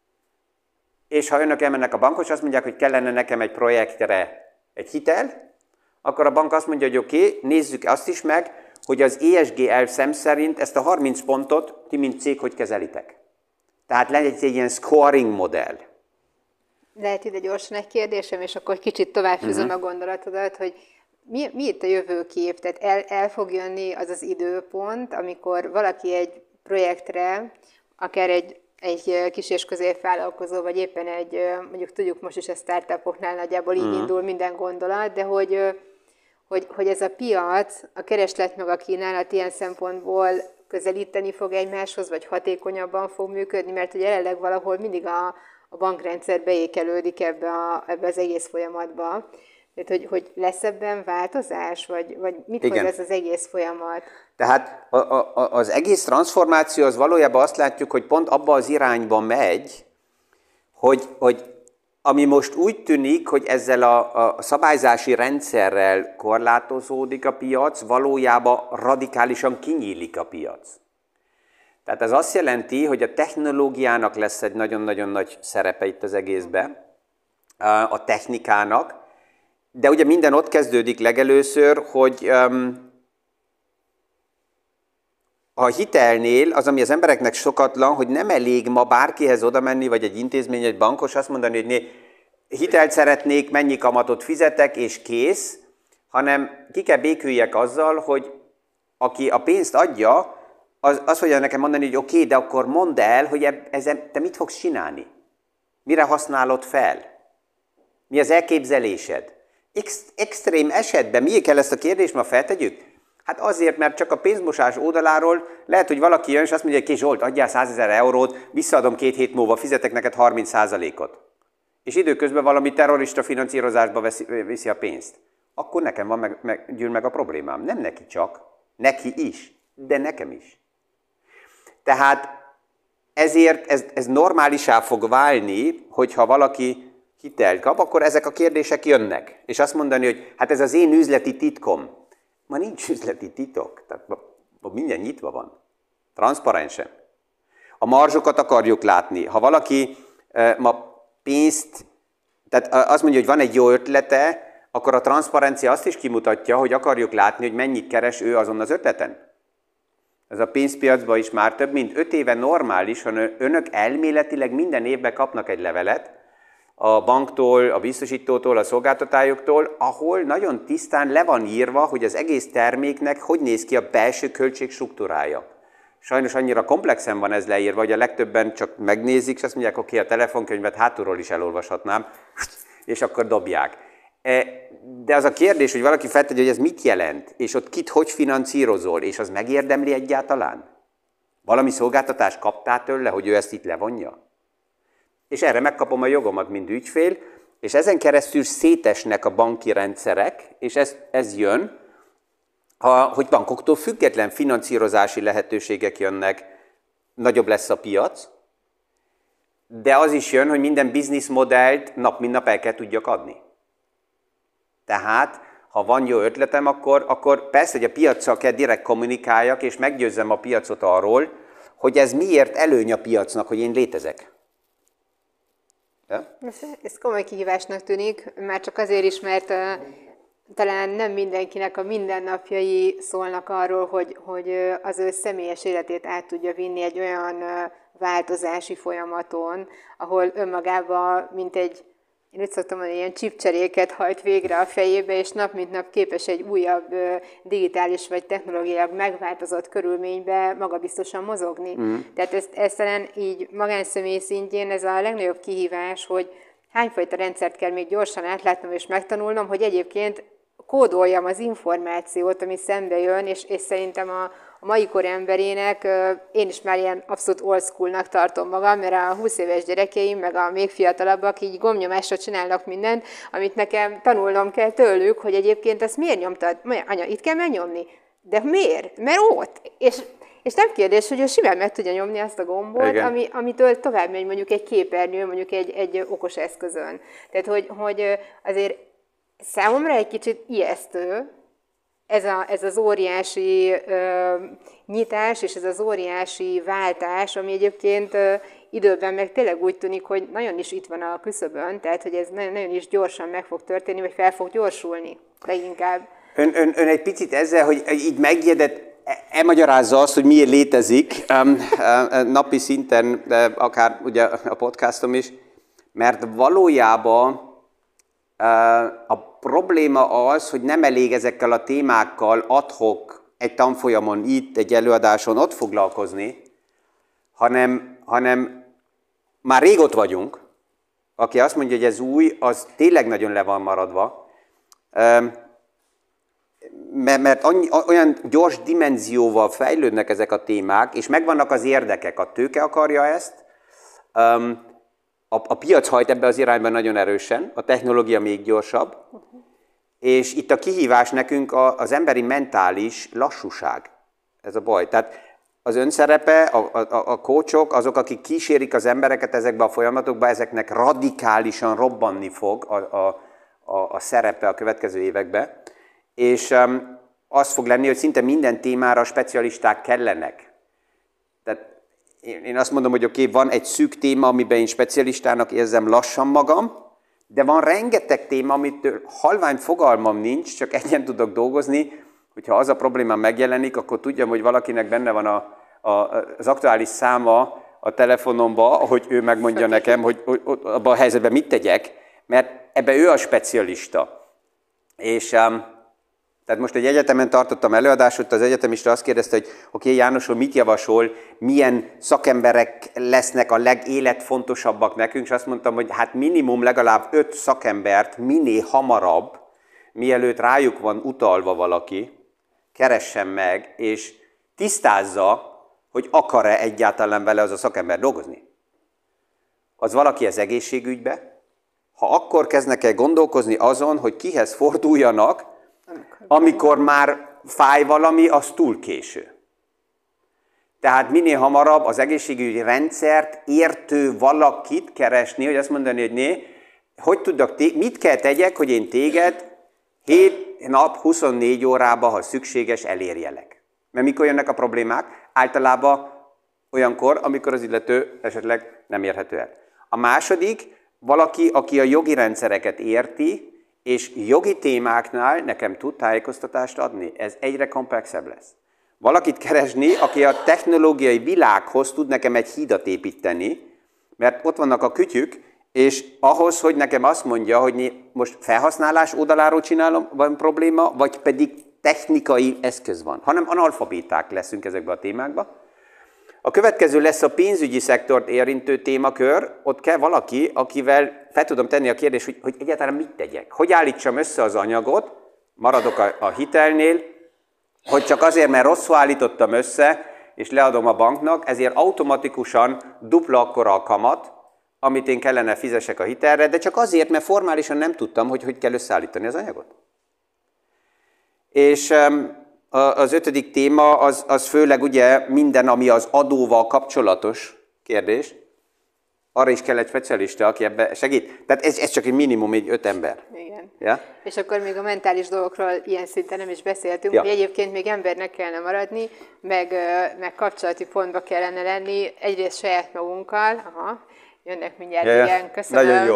és ha önök elmennek a bankhoz, azt mondják, hogy kellene nekem egy projektre egy hitel, akkor a bank azt mondja, hogy oké, okay, nézzük azt is meg, hogy az é es gé elv szem szerint ezt a harminc pontot ti, mint cég, hogy kezelitek. Tehát legyen egy ilyen scoring modell. Lehet ide gyorsan egy kérdésem, és akkor kicsit tovább fűzöm uh-huh. a gondolatodat, hogy mi, mi itt a jövőkép? Tehát el, el fog jönni az az időpont, amikor valaki egy projektre, akár egy, egy kis és középvállalkozó, vagy éppen egy, mondjuk tudjuk most is a startupoknál nagyjából így uh-huh. indul minden gondolat, de hogy, hogy, hogy ez a piac, a kereslet meg a kínálat ilyen szempontból közelíteni fog egymáshoz, vagy hatékonyabban fog működni, mert ugye jelenleg valahol mindig a, a bankrendszer beékelődik ebbe, a, ebbe az egész folyamatba. Tehát, hogy, hogy lesz ebben változás, vagy, vagy mit hoz ez az egész folyamat? Tehát a, a, az egész transformáció az valójában azt látjuk, hogy pont abba az irányba megy, hogy, hogy ami most úgy tűnik, hogy ezzel a, a szabályzási rendszerrel korlátozódik a piac, valójában radikálisan kinyílik a piac. Tehát ez azt jelenti, hogy a technológiának lesz egy nagyon-nagyon nagy szerepe itt az egészben, a technikának, de ugye minden ott kezdődik legelőször, hogy um, a hitelnél az, ami az embereknek sokatlan, hogy nem elég ma bárkihez oda menni, vagy egy intézmény, egy bankos, azt mondani, hogy né, hitelt szeretnék, mennyi kamatot fizetek, és kész, hanem ki kell béküljek azzal, hogy aki a pénzt adja, az, az fogja nekem mondani, hogy oké, okay, de akkor mondd el, hogy ezen te mit fogsz csinálni? Mire használod fel? Mi az elképzelésed? Extrém esetben miért kell ezt a kérdést ma feltegyük? Hát azért, mert csak a pénzmosás oldaláról lehet, hogy valaki jön, és azt mondja, hogy Ké Zsolt, adjál százezer eurót, visszaadom két hét múlva, fizetek neked harminc százalékot. És időközben valami terrorista finanszírozásba veszi, viszi a pénzt. Akkor nekem van meg, meg, gyűl meg a problémám. Nem neki csak, neki is, de nekem is. Tehát ezért ez, ez normálisá fog válni, hogyha valaki hitelt kap, akkor ezek a kérdések jönnek. És azt mondani, hogy hát ez az én üzleti titkom. Ma nincs üzleti titok, tehát minden nyitva van. Transzparensen. A marzsokat akarjuk látni. Ha valaki e, ma pénzt, tehát azt mondja, hogy van egy jó ötlete, akkor a transzparencia azt is kimutatja, hogy akarjuk látni, hogy mennyit keres ő azon az ötleten. Ez a pénzpiacban is már több mint öt éve normális, hogy önök elméletileg minden évben kapnak egy levelet, a banktól, a biztosítótól, a szolgáltatásoktól, ahol nagyon tisztán le van írva, hogy az egész terméknek hogy néz ki a belső költség struktúrája. Sajnos annyira komplexen van ez leírva, hogy a legtöbben csak megnézik, és azt mondják, oké, okay, a telefonkönyvet hátulról is elolvashatnám, és akkor dobják. De az a kérdés, hogy valaki feltegye, hogy ez mit jelent, és ott kit hogy finanszírozol, és az megérdemli egyáltalán? Valami szolgáltatást kaptál tőle, hogy ő ezt itt levonja? És erre megkapom a jogomat, mint ügyfél, és ezen keresztül szétesnek a banki rendszerek, és ez, ez jön, ha, hogy bankoktól független finanszírozási lehetőségek jönnek, nagyobb lesz a piac, de az is jön, hogy minden bizniszmodellt nap mint nap el kell tudjak adni. Tehát, ha van jó ötletem, akkor, akkor persze, hogy a piaccal kell direkt kommunikáljak, és meggyőzzem a piacot arról, hogy ez miért előny a piacnak, hogy én létezek. Ja? Ez komoly kihívásnak tűnik, már csak azért is, mert talán nem mindenkinek a mindennapjai szólnak arról, hogy, hogy az ő személyes életét át tudja vinni egy olyan változási folyamaton, ahol önmagában, mint egy, én úgy szoktam mondani, ilyen csipcseréket hajt végre a fejébe, és nap mint nap képes egy újabb digitális vagy technológiailag megváltozott körülménybe magabiztosan mozogni. Mm. Tehát ezt, ezt talán így magánszemély szintjén ez a legnagyobb kihívás, hogy hányfajta rendszert kell még gyorsan átlátnom és megtanulnom, hogy egyébként kódoljam az információt, ami szembe jön, és, és szerintem a, a mai kor emberének, én is már ilyen abszolút old schoolnak tartom magam, mert a húsz éves gyerekeim, meg a még fiatalabbak így gombnyomásra csinálnak mindent, amit nekem tanulnom kell tőlük, hogy egyébként ezt miért nyomtad? Anya, itt kell megnyomni. De miért? Mert ott. És, és nem kérdés, hogy ő simán meg tudja nyomni azt a gombot, ami, amitől tovább megy mondjuk egy képernyő, mondjuk egy, egy okos eszközön. Tehát, hogy, hogy azért számomra egy kicsit ijesztő ez, a, ez az óriási ö, nyitás, és ez az óriási váltás, ami egyébként ö, időben meg tényleg úgy tűnik, hogy nagyon is itt van a küszöbön, tehát hogy ez nagyon, nagyon is gyorsan meg fog történni, vagy fel fog gyorsulni leginkább. Ön, ön, ön egy picit ezzel, hogy így megjegyett, elmagyarázza azt, hogy miért létezik um, uh, napi szinten, de akár ugye a podcastom is, mert valójában uh, a probléma az, hogy nem elég ezekkel a témákkal ad-hoc egy tanfolyamon itt, egy előadáson ott foglalkozni, hanem, hanem már rég ott vagyunk. Aki azt mondja, hogy ez új, az tényleg nagyon le van maradva. Um, mert annyi, olyan gyors dimenzióval fejlődnek ezek a témák, és megvannak az érdekek. A tőke akarja ezt, a, a piac hajt ebbe az irányban nagyon erősen, a technológia még gyorsabb, uh-huh. és itt a kihívás nekünk az emberi mentális lassúság. Ez a baj. Tehát az önszerepe, a, a, a coachok, azok, akik kísérik az embereket ezekbe a folyamatokba, ezeknek radikálisan robbanni fog a, a, a, a szerepe a következő években. És um, az fog lenni, hogy szinte minden témára specialisták kellenek. Tehát én, én azt mondom, hogy oké, okay, van egy szűk téma, amiben én specialistának érzem lassan magam, de van rengeteg téma, amit halvány fogalmam nincs, csak egyen tudok dolgozni, hogyha az a probléma megjelenik, akkor tudjam, hogy valakinek benne van a, a, az aktuális száma a telefonomba, hogy ő megmondja nekem, hogy, hogy abban a helyzetben mit tegyek, mert ebben ő a specialista. És... Um, Tehát most egy egyetemen tartottam előadást, ott az egyetemista azt kérdezte, hogy oké, okay, Jánosról mit javasol, milyen szakemberek lesznek a legéletfontosabbak nekünk, és azt mondtam, hogy hát minimum legalább öt szakembert minél hamarabb, mielőtt rájuk van utalva valaki, keressen meg, és tisztázza, hogy akar-e egyáltalán vele az a szakember dolgozni. Az valaki az egészségügybe, ha akkor kezdnek el gondolkozni azon, hogy kihez forduljanak, amikor már fáj valami, az túl késő. Tehát minél hamarabb az egészségügyi rendszert értő valakit keresni, hogy azt mondani, hogy né, hogy tudok, mit kell tegyek, hogy én téged hét nap, huszonnégy órában, ha szükséges, elérjelek. Mert mikor jönnek a problémák? Általában olyankor, amikor az illető esetleg nem érhető el. A második, valaki, aki a jogi rendszereket érti, és jogi témáknál nekem tud tájékoztatást adni. Ez egyre komplexebb lesz. Valakit keresni, aki a technológiai világhoz tud nekem egy hídat építeni, mert ott vannak a kütyük, és ahhoz, hogy nekem azt mondja, hogy most felhasználás oldaláról csinálom, van probléma, vagy pedig technikai eszköz van, hanem analfabéták leszünk ezekben a témákban. A következő lesz a pénzügyi szektort érintő témakör, ott kell valaki, akivel fel tudom tenni a kérdést, hogy, hogy egyáltalán mit tegyek. Hogy állítsam össze az anyagot, maradok a, a hitelnél, hogy csak azért, mert rosszul állítottam össze, és leadom a banknak, ezért automatikusan dupla akkora a kamat, amit én kellene fizessek a hitelre, de csak azért, mert formálisan nem tudtam, hogy hogy kell összeállítani az anyagot. És az ötödik téma az, az főleg ugye minden, ami az adóval kapcsolatos kérdés. Arra is kell egy specialista, aki ebbe segít. Tehát ez, ez csak egy minimum, egy öt ember. Igen. Ja? És akkor még a mentális dolgokról ilyen szinten nem is beszéltünk, ja. hogy egyébként még embernek kellene maradni, meg, meg kapcsolati pontba kellene lenni, egyrészt saját magunkkal, aha, jönnek mindjárt, ja, igen, köszönöm. Nagyon jó.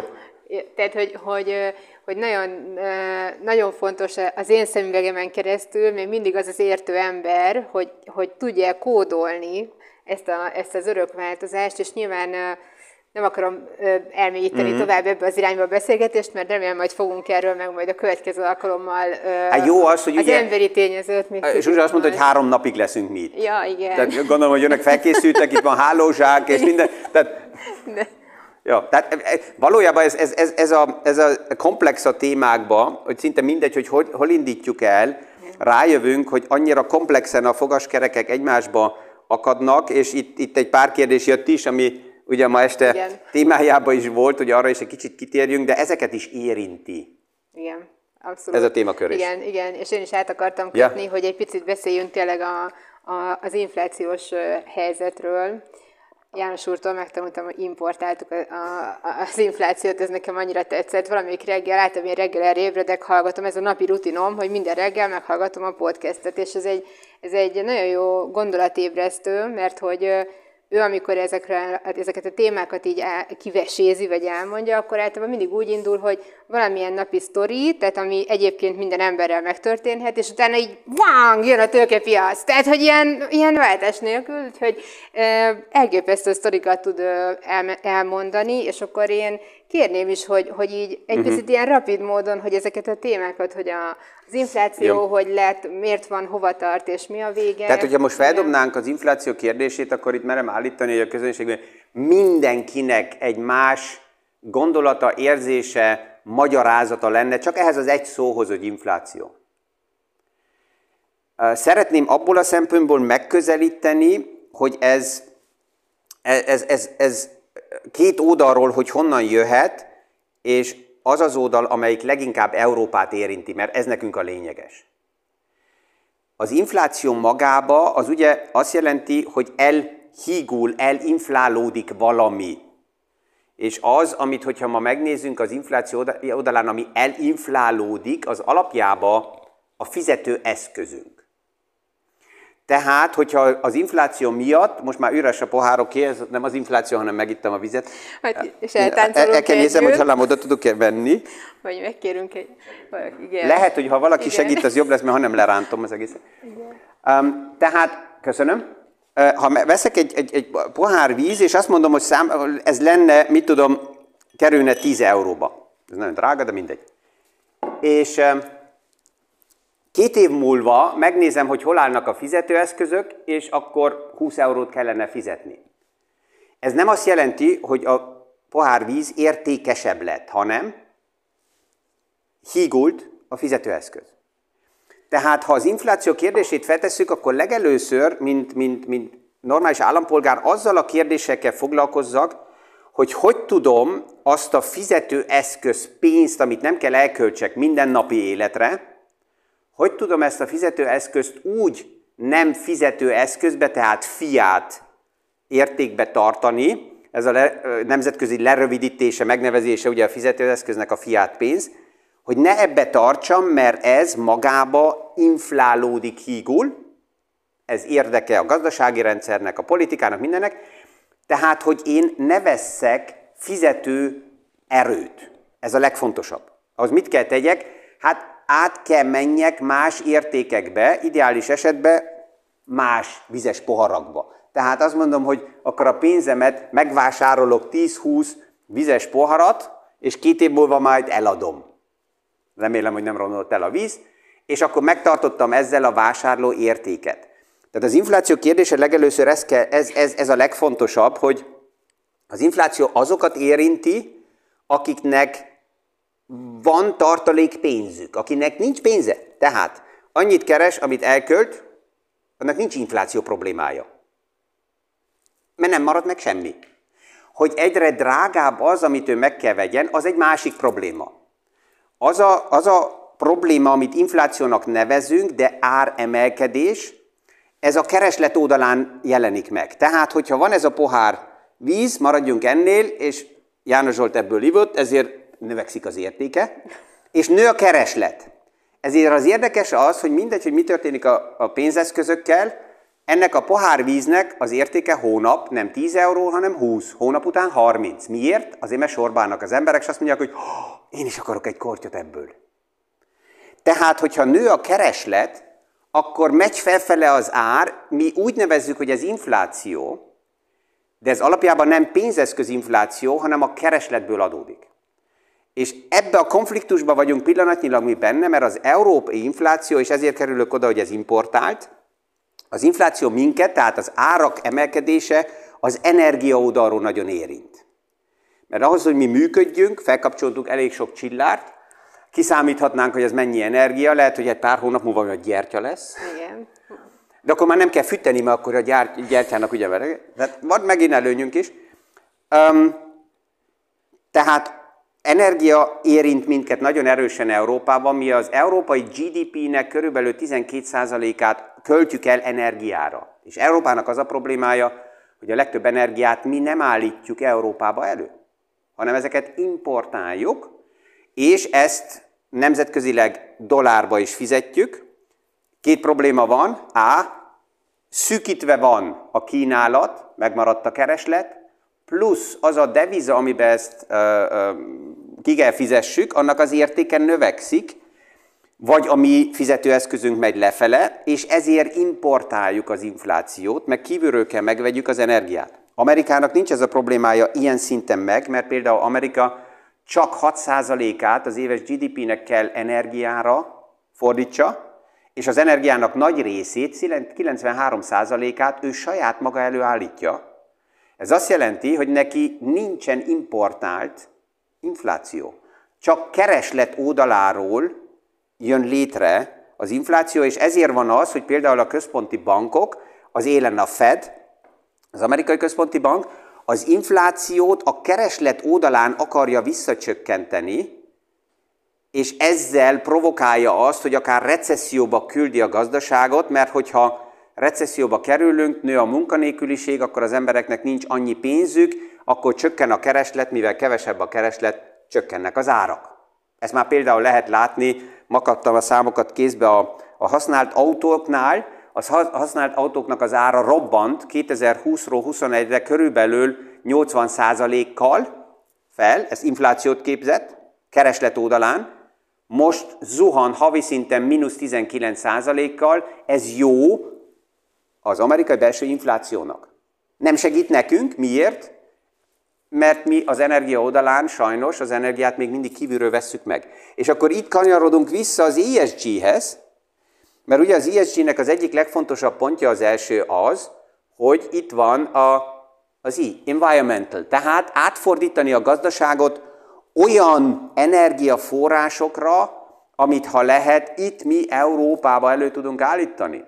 Tehát, hogy, hogy, hogy nagyon, nagyon fontos az én szemüvegemen keresztül még mindig az az értő ember, hogy, hogy tudja kódolni ezt, a, ezt az örökváltozást, és nyilván nem akarom elmélyíteni mm-hmm. tovább ebbe az irányba a beszélgetést, mert remélem, majd fogunk erről meg majd a következő alkalommal hát jó az, hogy az ugye, emberi tényezőt még Zsuzsa azt mondta, hogy három napig leszünk mi itt. Ja, igen. Tehát gondolom, hogy önök felkészültek, itt van hálózsák, és minden. Tehát, De. Ja, tehát valójában ez, ez, ez, ez, a, ez a komplex a témákban, hogy szinte mindegy, hogy hol, hol indítjuk el, rájövünk, hogy annyira komplexen a fogaskerekek egymásba akadnak, és itt, itt egy pár kérdés jött is, ami ugye ma este igen. témájában is volt, hogy arra is egy kicsit kitérjünk, de ezeket is érinti. Igen, abszolút. Ez a témakör is. Igen, igen, és én is át akartam kötni, ja. hogy egy picit beszéljünk tényleg a, a, az inflációs helyzetről. János úrtól megtanultam, hogy importáltuk a, a, az inflációt, ez nekem annyira tetszett. Valamelyik reggel, általában én reggel erre ébredek, hallgatom, ez a napi rutinom, hogy minden reggel meghallgatom a podcastet, és ez egy, ez egy nagyon jó gondolatébresztő, mert hogy ő, amikor ezekre, ezeket a témákat így el, kivesézi, vagy elmondja, akkor általában mindig úgy indul, hogy valamilyen napi sztori, tehát ami egyébként minden emberrel megtörténhet, és utána így vang, jön a tőkepiac. Tehát, hogy ilyen, ilyen váltás nélkül, úgyhogy elképesztő sztorikat tud el, elmondani, és akkor én kérném is, hogy, hogy így egy uh-huh. picit ilyen rapid módon, hogy ezeket a témákat, hogy a, az infláció, jó. hogy lett, miért van, hova tart, és mi a vége. Tehát, hogyha most feldobnánk az infláció kérdését, akkor itt merem állítani, hogy a közönségben mindenkinek egy más gondolata, érzése, magyarázata lenne, csak ehhez az egy szóhoz, hogy infláció. Szeretném abból a szempontból megközelíteni, hogy ez, ez, ez, ez két oldalról, hogy honnan jöhet, és az az oldal, amelyik leginkább Európát érinti, mert ez nekünk a lényeges. Az infláció magába az ugye azt jelenti, hogy elhígul, elinflálódik valami. És az, amit, hogyha ma megnézzünk az infláció oldalán, ami elinflálódik, az alapjában a fizetőeszközünk. Tehát, hogyha az infláció miatt, most már üres a pohároké, ez nem az infláció, hanem megittem a vizet. Hát, és eltáncolunk el kell nézem, hogy hallám, oda tudok-e venni. Vagy megkérünk egy... Igen. Lehet, hogy ha valaki igen. segít, az jobb lesz, mert ha nem lerántom az egészet. Um, tehát, köszönöm. Uh, ha veszek egy, egy, egy pohár víz, és azt mondom, hogy szám, ez lenne, mit tudom, kerülne tíz euróba. Ez nagyon drága, de mindegy. És... Um, Két év múlva megnézem, hogy hol állnak a fizetőeszközök, és akkor húsz eurót kellene fizetni. Ez nem azt jelenti, hogy a pohár víz értékesebb lett, hanem hígult a fizetőeszköz. Tehát, ha az infláció kérdését feltesszük, akkor legelőször, mint, mint, mint normális állampolgár, azzal a kérdésekkel foglalkozzak, hogy hogy tudom azt a fizetőeszköz pénzt, amit nem kell elköltsek mindennapi életre, hogy tudom ezt a fizetőeszközt úgy nem fizetőeszközbe, tehát fiát értékbe tartani, ez a le, nemzetközi lerövidítése, megnevezése ugye a fizetőeszköznek a fiát pénz, hogy ne ebbe tartsam, mert ez magába inflálódik, hígul, ez érdeke a gazdasági rendszernek, a politikának, mindennek, tehát, hogy én ne vesszek fizető erőt. Ez a legfontosabb. Az mit kell tegyek? Hát át kell menjek más értékekbe, ideális esetben más vizes poharakba. Tehát azt mondom, hogy akkor a pénzemet megvásárolok tíz-húsz vizes poharat, és két év múlva majd eladom. Remélem, hogy nem romlott el a víz, és akkor megtartottam ezzel a vásárló értéket. Tehát az infláció kérdése legelőször ez, kell, ez, ez, ez a legfontosabb, hogy az infláció azokat érinti, akiknek van tartalék pénzük, akinek nincs pénze. Tehát annyit keres, amit elkölt, annak nincs infláció problémája. Mert nem marad meg semmi. Hogy egyre drágább az, amit ő meg kell vegyen, az egy másik probléma. Az a, az a probléma, amit inflációnak nevezünk, de áremelkedés, ez a kereslet oldalán jelenik meg. Tehát, hogyha van ez a pohár víz, maradjunk ennél, és János Zsolt ebből ivott, ezért növekszik az értéke, és nő a kereslet. Ezért az érdekes az, hogy mindegy, hogy mi történik a, a pénzeszközökkel, Ennek a pohár víznek az értéke hónap nem tíz euró, hanem húsz, hónap után harminc. Miért? Azért, mert sorba állnak az emberek, és azt mondják, hogy oh, én is akarok egy kortyot ebből. Tehát, hogyha nő a kereslet, akkor megy felfele az ár, mi úgy nevezzük, hogy ez infláció, de ez alapjában nem pénzeszközinfláció, hanem a keresletből adódik. És ebbe a konfliktusba vagyunk pillanatnyilag mi benne, mert az európai infláció, és ezért kerülök oda, hogy ez importált, az infláció minket, tehát az árak emelkedése az energia oldalról nagyon érint. Mert ahhoz, hogy mi működjünk, felkapcsoltuk elég sok csillárt, kiszámíthatnánk, hogy ez mennyi energia, lehet, hogy egy pár hónap múlva a gyertya lesz. Igen. De akkor már nem kell fűteni, mert akkor a gyár, gyertyának ugye vereg. Tehát van megint előnyünk is. Um, tehát energia érint minket nagyon erősen Európában. Mi az európai gé dé pé-nek körülbelül tizenkét százalékát költjük el energiára. És Európának az a problémája, hogy a legtöbb energiát mi nem állítjuk Európába elő, hanem ezeket importáljuk, és ezt nemzetközileg dollárba is fizetjük. Két probléma van. A. Szűkítve van a kínálat, megmaradt a kereslet, plusz az a deviza, amiben ezt ö, ö, ki kell fizessük, annak az értéke növekszik, vagy a mi fizetőeszközünk megy lefele, és ezért importáljuk az inflációt, meg kívülről kell megvegyük az energiát. Amerikának nincs ez a problémája ilyen szinten meg, mert például Amerika csak hat százalékát az éves gé dé pé-nek kell energiára fordítsa, és az energiának nagy részét, kilencvenhárom százalékát ő saját maga előállítja. Ez azt jelenti, hogy neki nincsen importált infláció. Csak kereslet oldaláról jön létre az infláció, és ezért van az, hogy például a központi bankok, az élen a Fed, az amerikai központi bank, az inflációt a kereslet oldalán akarja visszacsökkenteni, és ezzel provokálja azt, hogy akár recesszióba küldi a gazdaságot, mert hogyha recesszióba kerülünk, nő a munkanélküliség, akkor az embereknek nincs annyi pénzük, akkor csökken a kereslet, mivel kevesebb a kereslet, csökkennek az árak. Ezt már például lehet látni, ma kaptam a számokat kézbe a, a használt autóknál, az használt autóknak az ára robbant kétezer-húszról huszonegyre körülbelül nyolcvan százalékkal fel, ez inflációt képzett, kereslet oldalán, most zuhan havi szinten mínusz tizenkilenc százalékkal, ez jó az amerikai belső inflációnak. Nem segít nekünk, miért? Mert mi az energia oldalán sajnos az energiát még mindig kívülről vesszük meg. És akkor itt kanyarodunk vissza az é es gé-hez, mert ugye az é es gé-nek az egyik legfontosabb pontja az első az, hogy itt van a, az I, environmental, tehát átfordítani a gazdaságot olyan energiaforrásokra, amit ha lehet, itt mi Európába elő tudunk állítani.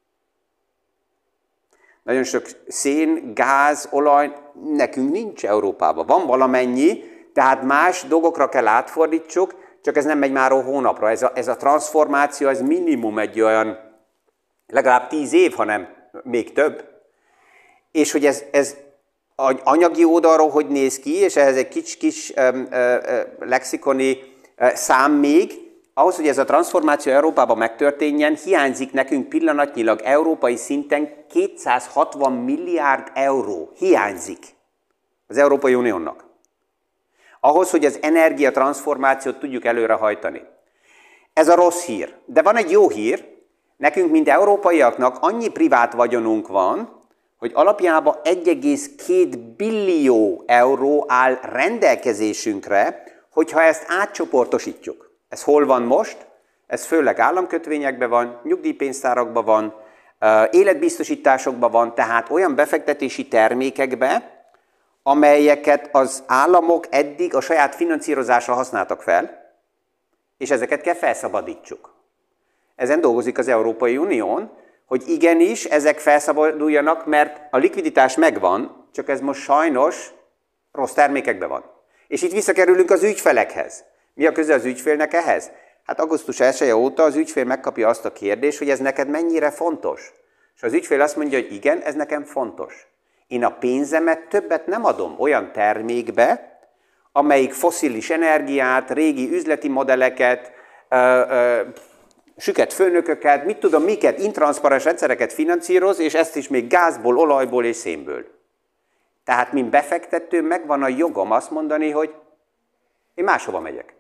Nagyon sok szén, gáz, olaj nekünk nincs Európában. Van valamennyi, tehát más dolgokra kell átfordítsuk, csak ez nem megy már a hónapra. Ez a, ez a transformáció, ez minimum egy olyan legalább tíz év, hanem még több. És hogy ez, ez anyagi oldalról hogy néz ki, és ehhez egy kis-kis um, uh, uh, lexikoni uh, szám még, ahhoz, hogy ez a transformáció Európában megtörténjen, hiányzik nekünk pillanatnyilag európai szinten kétszázhatvan milliárd euró. Hiányzik az Európai Uniónak. Ahhoz, hogy az energiatranszformációt tudjuk előrehajtani. Ez a rossz hír. De van egy jó hír, nekünk, mint európaiaknak annyi privát vagyonunk van, hogy alapjában egy egész két billió euró áll rendelkezésünkre, hogyha ezt átcsoportosítjuk. Ez hol van most? Ez főleg államkötvényekben van, nyugdíjpénztárakban van, életbiztosításokban van, tehát olyan befektetési termékekben, amelyeket az államok eddig a saját finanszírozásra használtak fel, és ezeket kell felszabadítsuk. Ezen dolgozik az Európai Unión, hogy igenis ezek felszabaduljanak, mert a likviditás megvan, csak ez most sajnos rossz termékekben van. És itt visszakerülünk az ügyfelekhez. Mi a köze az ügyfélnek ehhez? Hát augusztus elseje óta az ügyfél megkapja azt a kérdést, hogy ez neked mennyire fontos. És az ügyfél azt mondja, hogy igen, ez nekem fontos. Én a pénzemet többet nem adom olyan termékbe, amelyik fosszilis energiát, régi üzleti modelleket, ö, ö, süket főnököket, mit tudom, miket, intranszparens rendszereket finanszíroz, és ezt is még gázból, olajból és szénből. Tehát, mint befektető, megvan a jogom azt mondani, hogy én máshova megyek.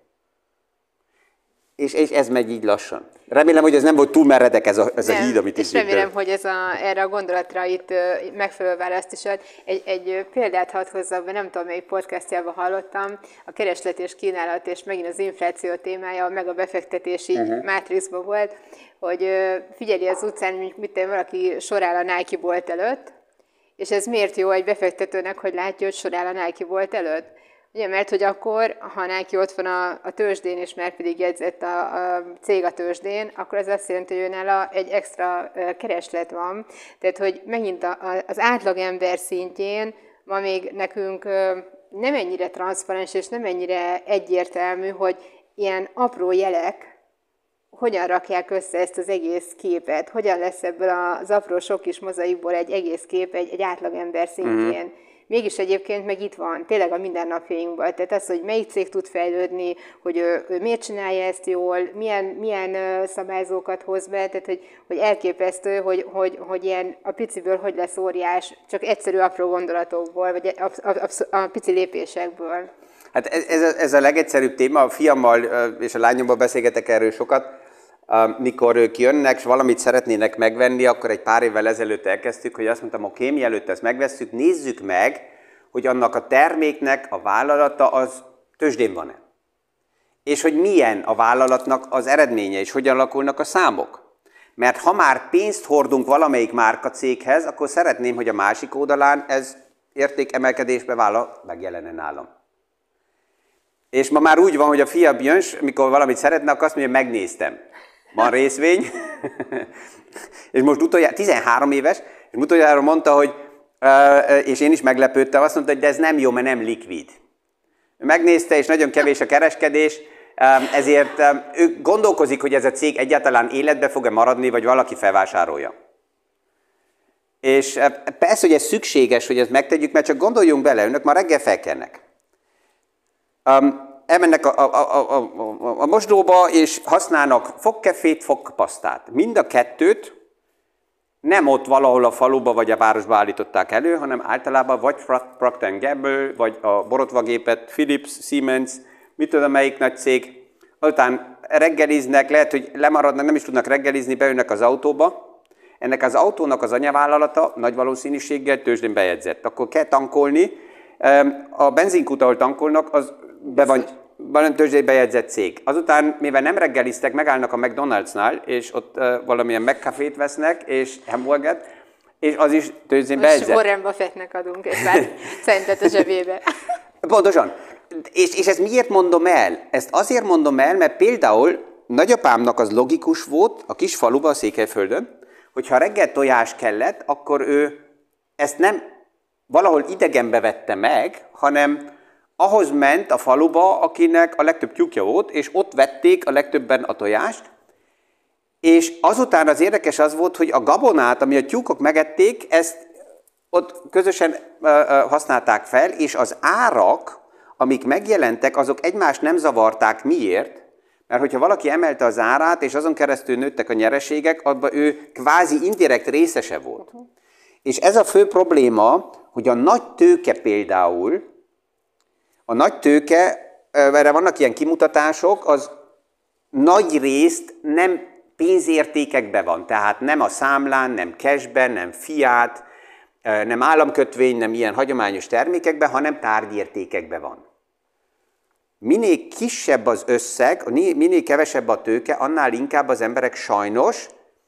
És, és ez megy így lassan. Remélem, hogy ez nem volt túl meredek ez a, ez nem, a híd, amit és itt remélem, hogy ez a, erre a gondolatra itt megfelelő választ is ad. Egy, egy példát hadd hozzak be, nem tudom, melyik podcastjában hallottam, a kereslet és kínálat, és megint az infláció témája, meg a befektetési uh-huh. mátrixban volt, hogy figyeli az utcán, mint mit tenni, valaki sorál a Nike bolt előtt, és ez miért jó egy befektetőnek, hogy látja, hogy sorál a Nike bolt előtt? Ugye, mert hogy akkor, ha Nike ott van a, a tőzsdén, és már pedig jegyzett a, a cég a tőzsdén, akkor ez azt jelenti, hogy nála egy extra kereslet van. Tehát, hogy megint a, a, az átlagember szintjén ma még nekünk nem ennyire transzparens, és nem ennyire egyértelmű, hogy ilyen apró jelek hogyan rakják össze ezt az egész képet, hogyan lesz ebből az apró sok kis mozaikból egy egész kép egy, egy átlagember szintjén. Mm. Mégis egyébként meg itt van, tényleg a mindennapjainkban. Tehát az, hogy melyik cég tud fejlődni, hogy ő, ő miért csinálja ezt jól, milyen, milyen szabályzókat hoz be, tehát hogy, hogy elképesztő, hogy, hogy, hogy ilyen a piciből hogy lesz óriás, csak egyszerű apró gondolatokból, vagy a, a, a, a pici lépésekből. Hát ez, ez, a, ez a legegyszerűbb téma, a fiammal és a lányommal beszélgetek erről sokat. Mikor ők jönnek, és valamit szeretnének megvenni, akkor egy pár évvel ezelőtt elkezdtük, hogy azt mondtam, oké, mielőtt ezt megvesszük, nézzük meg, hogy annak a terméknek a vállalata az tőzsdén van-e. És hogy milyen a vállalatnak az eredménye, és hogyan alakulnak a számok. Mert ha már pénzt hordunk valamelyik márkacéghez, akkor szeretném, hogy a másik oldalán ez értékemelkedésbe vállal, megjelenne nálam. És ma már úgy van, hogy a fiam jön, mikor valamit szeretne, akkor azt mondja, megnéztem. Van részvény, és most utoljára, tizenhárom éves, és utoljára mondta, hogy, és én is meglepődtem, azt mondta, hogy de ez nem jó, mert nem likvid. Megnézte, és nagyon kevés a kereskedés, ezért ő gondolkozik, hogy ez a cég egyáltalán életbe fog-e maradni, vagy valaki felvásárolja. És persze, hogy ez szükséges, hogy ezt megtegyük, mert csak gondoljunk bele, önök ma reggel felkelnek. Um, elmennek a, a, a, a, a mosdóba, és használnak fogkefét, fogpasztát. Mind a kettőt nem ott valahol a faluba vagy a városba állították elő, hanem általában vagy Procter and Gamble, vagy a borotvagépet, Philips, Siemens, mit tudom, melyik nagy cég. Azután reggeliznek, lehet, hogy lemaradnak, nem is tudnak reggelizni, beülnek az autóba. Ennek az autónak az anyavállalata nagy valószínűséggel tőzsdén bejegyzett. Akkor kell tankolni. A benzinkút, ahol tankolnak, az be van, van tőzsdén bejegyzett cég. Azután, mivel nem reggeliztek, megállnak a McDonald'snál, és ott uh, valamilyen McCafé-t vesznek, és hamburgert, és az is tőzsdén bejegyzett. Most Warren Buffettnek adunk egy pár centet a zsebébe. Pontosan. És, és ezt miért mondom el? Ezt azért mondom el, mert például nagyapámnak az logikus volt a kis faluban, a Székelyföldön, hogyha reggel tojás kellett, akkor ő ezt nem valahol idegenbe vette meg, hanem ahhoz ment a faluba, akinek a legtöbb tyúkja volt, és ott vették a legtöbben a tojást, és azután az érdekes az volt, hogy a gabonát, ami a tyúkok megették, ezt ott közösen használták fel, és az árak, amik megjelentek, azok egymást nem zavarták. Miért? Mert hogyha valaki emelte az árát, és azon keresztül nőttek a nyereségek, abban ő kvázi indirekt részese volt. Uh-huh. És ez a fő probléma, hogy a nagy tőke például, a nagy tőke, erre vannak ilyen kimutatások, az nagy részt nem pénzértékekben van, tehát nem a számlán, nem cashben, nem fiat, nem államkötvény, nem ilyen hagyományos termékekben, hanem tárgyértékekben van. Minél kisebb az összeg, minél kevesebb a tőke, annál inkább az emberek sajnos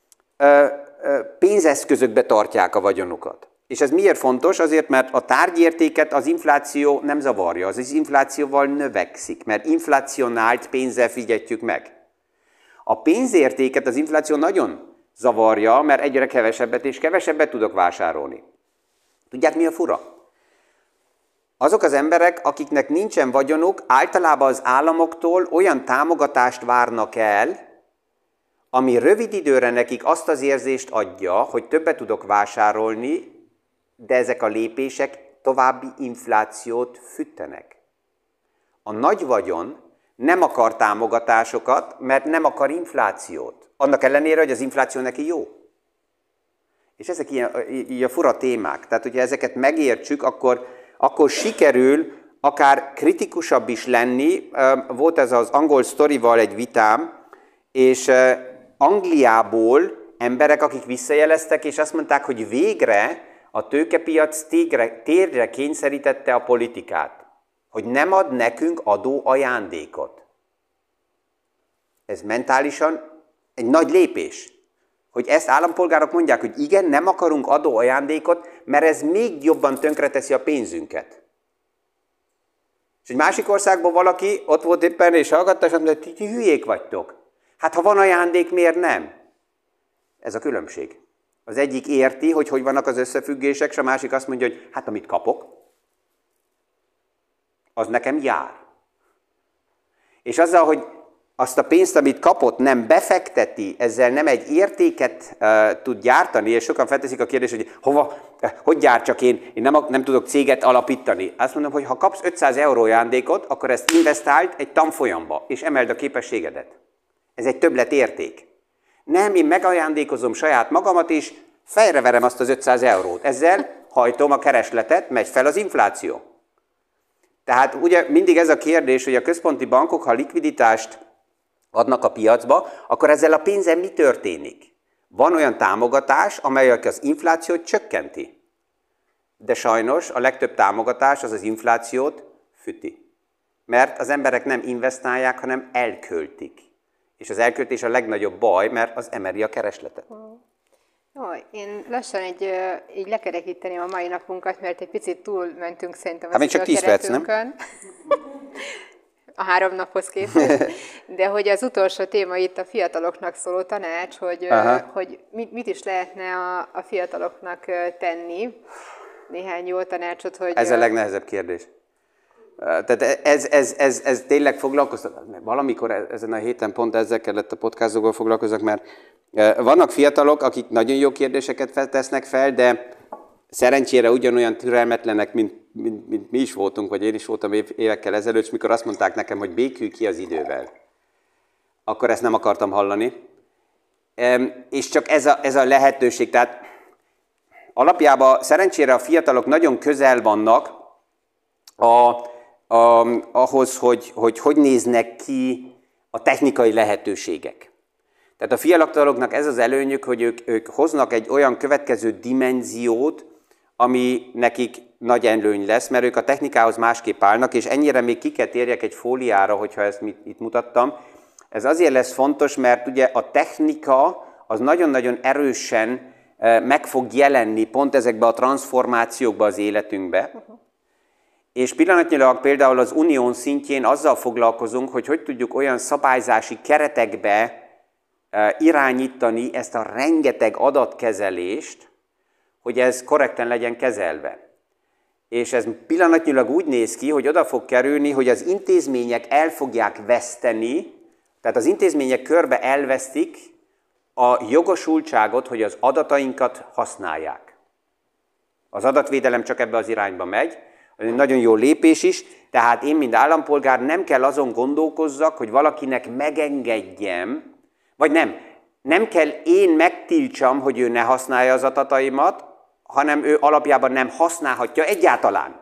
pénzeszközökbe tartják a vagyonukat. És ez miért fontos? Azért, mert a tárgyértéket az infláció nem zavarja, az, az inflációval növekszik, mert inflacionált pénzzel figyeltjük meg. A pénzértéket az infláció nagyon zavarja, mert egyre kevesebbet és kevesebbet tudok vásárolni. Tudják, mi a fura? Azok az emberek, akiknek nincsen vagyonuk, általában az államoktól olyan támogatást várnak el, ami rövid időre nekik azt az érzést adja, hogy többet tudok vásárolni, de ezek a lépések további inflációt fűtenek. A nagy vagyon nem akar támogatásokat, mert nem akar inflációt. Annak ellenére, hogy az infláció neki jó. És ezek ilyen, ilyen fura témák. Tehát, hogyha ezeket megértsük, akkor, akkor sikerül akár kritikusabb is lenni. Volt ez az angol sztorival egy vitám, és Angliából emberek, akik visszajeleztek, és azt mondták, hogy végre a tőkepiac tégre, térre kényszerítette a politikát, hogy nem ad nekünk adó ajándékot. Ez mentálisan egy nagy lépés, hogy ezt állampolgárok mondják, hogy igen, nem akarunk adó ajándékot, mert ez még jobban tönkreteszi a pénzünket. És egy másik országban valaki ott volt éppen, és hallgatta, és azt mondta, hogy ti hülyék vagytok. Hát ha van ajándék, miért nem? Ez a különbség. Az egyik érti, hogy hogy vannak az összefüggések, és a másik azt mondja, hogy hát amit kapok, az nekem jár. És azzal, hogy azt a pénzt, amit kapott, nem befekteti, ezzel nem egy értéket uh, tud gyártani, és sokan felteszik a kérdést, hogy hova, uh, hogy gyártsak én, én nem, nem tudok céget alapítani. Azt mondom, hogy ha kapsz ötszáz euró ajándékot, akkor ezt investáld egy tanfolyamba, és emeld a képességedet. Ez egy többlet érték. Nem, én megajándékozom saját magamat, és fejreverem azt az ötszáz eurót. Ezzel hajtom a keresletet, megy fel az infláció. Tehát ugye mindig ez a kérdés, hogy a központi bankok, ha likviditást adnak a piacba, akkor ezzel a pénzzel mi történik? Van olyan támogatás, amely az inflációt csökkenti. De sajnos a legtöbb támogatás az az inflációt füti. Mert az emberek nem investálják, hanem elköltik. És az elköltés a legnagyobb baj, mert az emeli a keresletet. Jó, én lassan egy, így lekerekíteném a mai napunkat, mert egy picit túl mentünk szerintem hát a keretünkön. A három naphoz képest. De hogy az utolsó téma itt a fiataloknak szóló tanács, hogy, hogy mit, mit is lehetne a, a fiataloknak tenni. Néhány jó tanácsot, hogy... Ez a legnehezebb kérdés. Tehát ez, ez, ez, ez tényleg foglalkoztat. Valamikor ezen a héten pont ezzel kellett a podcastokból foglalkozzak, mert vannak fiatalok, akik nagyon jó kérdéseket tesznek fel, de szerencsére ugyanolyan türelmetlenek, mint, mint, mint mi is voltunk, vagy én is voltam évekkel ezelőtt, és mikor azt mondták nekem, hogy békülj ki az idővel. Akkor ezt nem akartam hallani. És csak ez a, ez a lehetőség. Tehát alapjában szerencsére a fiatalok nagyon közel vannak a, a, ahhoz, hogy, hogy hogy néznek ki a technikai lehetőségek. Tehát a fiataloknak ez az előnyük, hogy ők, ők hoznak egy olyan következő dimenziót, ami nekik nagy előny lesz, mert ők a technikához másképp állnak, és ennyire még ki kell térjek egy fóliára, hogyha ezt itt mutattam. Ez azért lesz fontos, mert ugye a technika az nagyon-nagyon erősen meg fog jelenni pont ezekbe a transformációkba az életünkbe. Uh-huh. És pillanatnyilag például az unión szintjén azzal foglalkozunk, hogy hogy tudjuk olyan szabályzási keretekbe irányítani ezt a rengeteg adatkezelést, hogy ez korrekten legyen kezelve. És ez pillanatnyilag úgy néz ki, hogy oda fog kerülni, hogy az intézmények el fogják veszteni, tehát az intézmények körbe elvesztik a jogosultságot, hogy az adatainkat használják. Az adatvédelem csak ebbe az irányba megy, ez egy nagyon jó lépés is, tehát én, mint állampolgár nem kell azon gondolkozzak, hogy valakinek megengedjem, vagy nem, nem kell én megtiltsam, hogy ő ne használja az adataimat, hanem ő alapjában nem használhatja egyáltalán,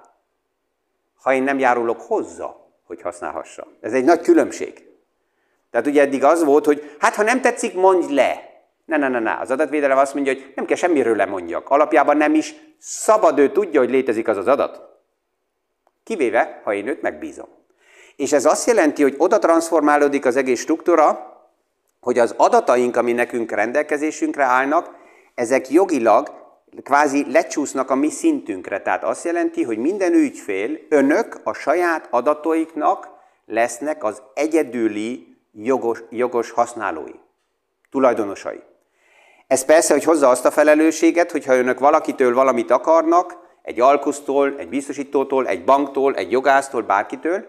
ha én nem járulok hozzá, hogy használhassa. Ez egy nagy különbség. Tehát ugye eddig az volt, hogy hát ha nem tetszik, mondj le. Ne, ne, ne, ne. Az adatvédelem azt mondja, hogy nem kell semmiről lemondjak. Alapjában nem is szabad, ő tudja, hogy létezik az az adat. Kivéve, ha én őt megbízom. És ez azt jelenti, hogy oda transformálódik az egész struktúra, hogy az adataink, ami nekünk rendelkezésünkre állnak, ezek jogilag kvázi lecsúsznak a mi szintünkre. Tehát azt jelenti, hogy minden ügyfél, önök a saját adataiknak lesznek az egyedüli jogos, jogos használói, tulajdonosai. Ez persze, hogy hozza azt a felelősséget, hogyha önök valakitől valamit akarnak, egy alkusztól, egy biztosítótól, egy banktól, egy jogásztól, bárkitől,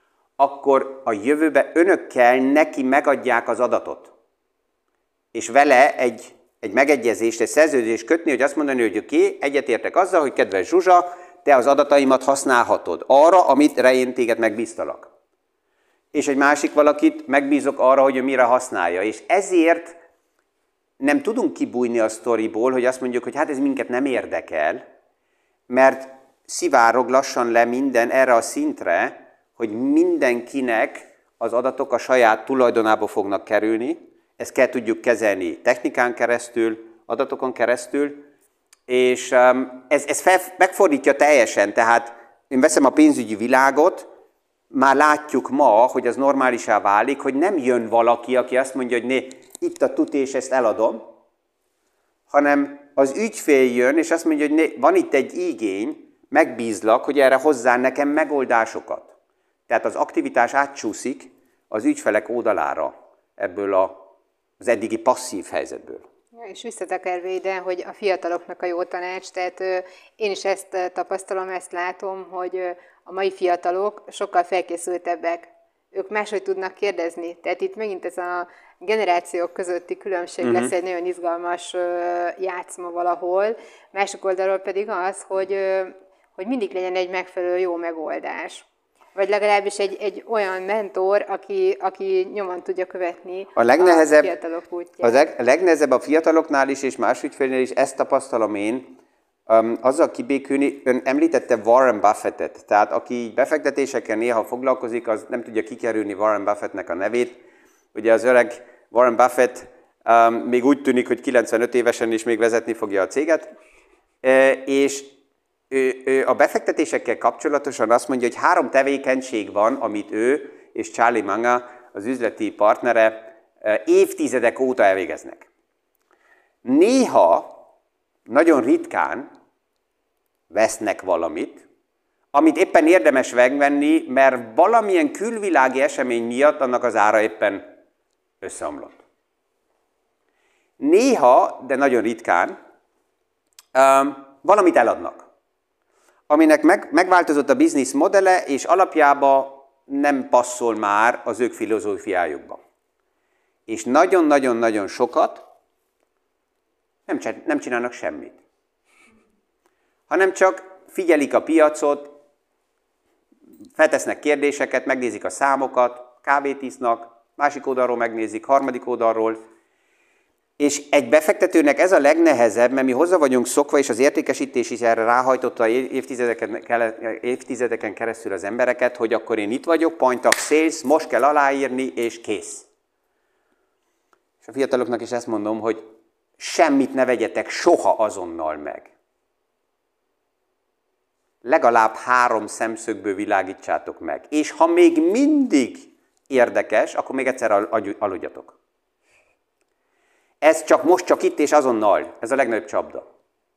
akkor a jövőben önökkel neki megadják az adatot. És vele egy, egy megegyezést, egy szerződést kötni, hogy azt mondani, hogy oké, okay, egyetértek azzal, hogy kedves Zsuzsa, te az adataimat használhatod arra, amit én téged megbíztalak. és egy másik valakit megbízok arra, hogy ő mire használja. És ezért nem tudunk kibújni a sztoriból, hogy azt mondjuk, hogy hát ez minket nem érdekel, mert szivárog lassan le minden erre a szintre, hogy mindenkinek az adatok a saját tulajdonába fognak kerülni. Ezt kell tudjuk kezelni technikán keresztül, adatokon keresztül, és ez, ez fel, megfordítja teljesen. Tehát én veszem a pénzügyi világot, már látjuk ma, hogy az normálisá válik, hogy nem jön valaki, aki azt mondja, hogy né, itt a tuti, és ezt eladom, hanem az ügyfél jön, és azt mondja, hogy né, van itt egy igény, megbízlak, hogy erre hozzá nekem megoldásokat. Tehát az aktivitás átcsúszik az ügyfelek oldalára ebből a, az eddigi passzív helyzetből. Ja, és visszatekerve ide, hogy a fiataloknak a jó tanács, tehát ö, én is ezt tapasztalom, ezt látom, hogy ö, a mai fiatalok sokkal felkészültebbek. Ők máshogy tudnak kérdezni. Tehát itt megint ez a generációk közötti különbség uh-huh. lesz egy nagyon izgalmas ö, játszma valahol. Másik oldalról pedig az, hogy, ö, hogy mindig legyen egy megfelelő jó megoldás. Vagy legalábbis egy, egy olyan mentor, aki, aki nyomon tudja követni a, legnehezebb, a fiatalok útját. Az a legnehezebb a fiataloknál is, és más ügyfélnél is, ezt tapasztalom én, um, azzal kibékülni, ön említette Warren Buffettet, tehát aki befektetésekkel néha foglalkozik, az nem tudja kikerülni Warren Buffettnek a nevét. Ugye az öreg Warren Buffett um, még úgy tűnik, hogy kilencvenöt évesen is még vezetni fogja a céget, e, és Ő, ő a befektetésekkel kapcsolatosan azt mondja, hogy három tevékenység van, amit ő és Charlie Munger, az üzleti partnere évtizedek óta elvégeznek. Néha, nagyon ritkán vesznek valamit, amit éppen érdemes megvenni, mert valamilyen külvilági esemény miatt annak az ára éppen összeomlott. Néha, de nagyon ritkán, valamit eladnak, aminek meg, megváltozott a biznisz modelle, és alapjában nem passzol már az ők filozófiájukba. És nagyon-nagyon-nagyon sokat nem, nem csinálnak semmit. Hanem csak figyelik a piacot, feltesznek kérdéseket, megnézik a számokat, kávét isznak, másik oldalról megnézik, harmadik oldalról. És egy befektetőnek ez a legnehezebb, mert mi hozzá vagyunk szokva, és az értékesítés is erre ráhajtotta évtizedeken, évtizedeken keresztül az embereket, hogy akkor én itt vagyok, point of sales, most kell aláírni, és kész. És a fiataloknak is ezt mondom, hogy semmit ne vegyetek soha azonnal meg. Legalább három szemszögből világítsátok meg. És ha még mindig érdekes, akkor még egyszer aludjatok. Ez csak most, csak itt és azonnal. Ez a legnagyobb csapda.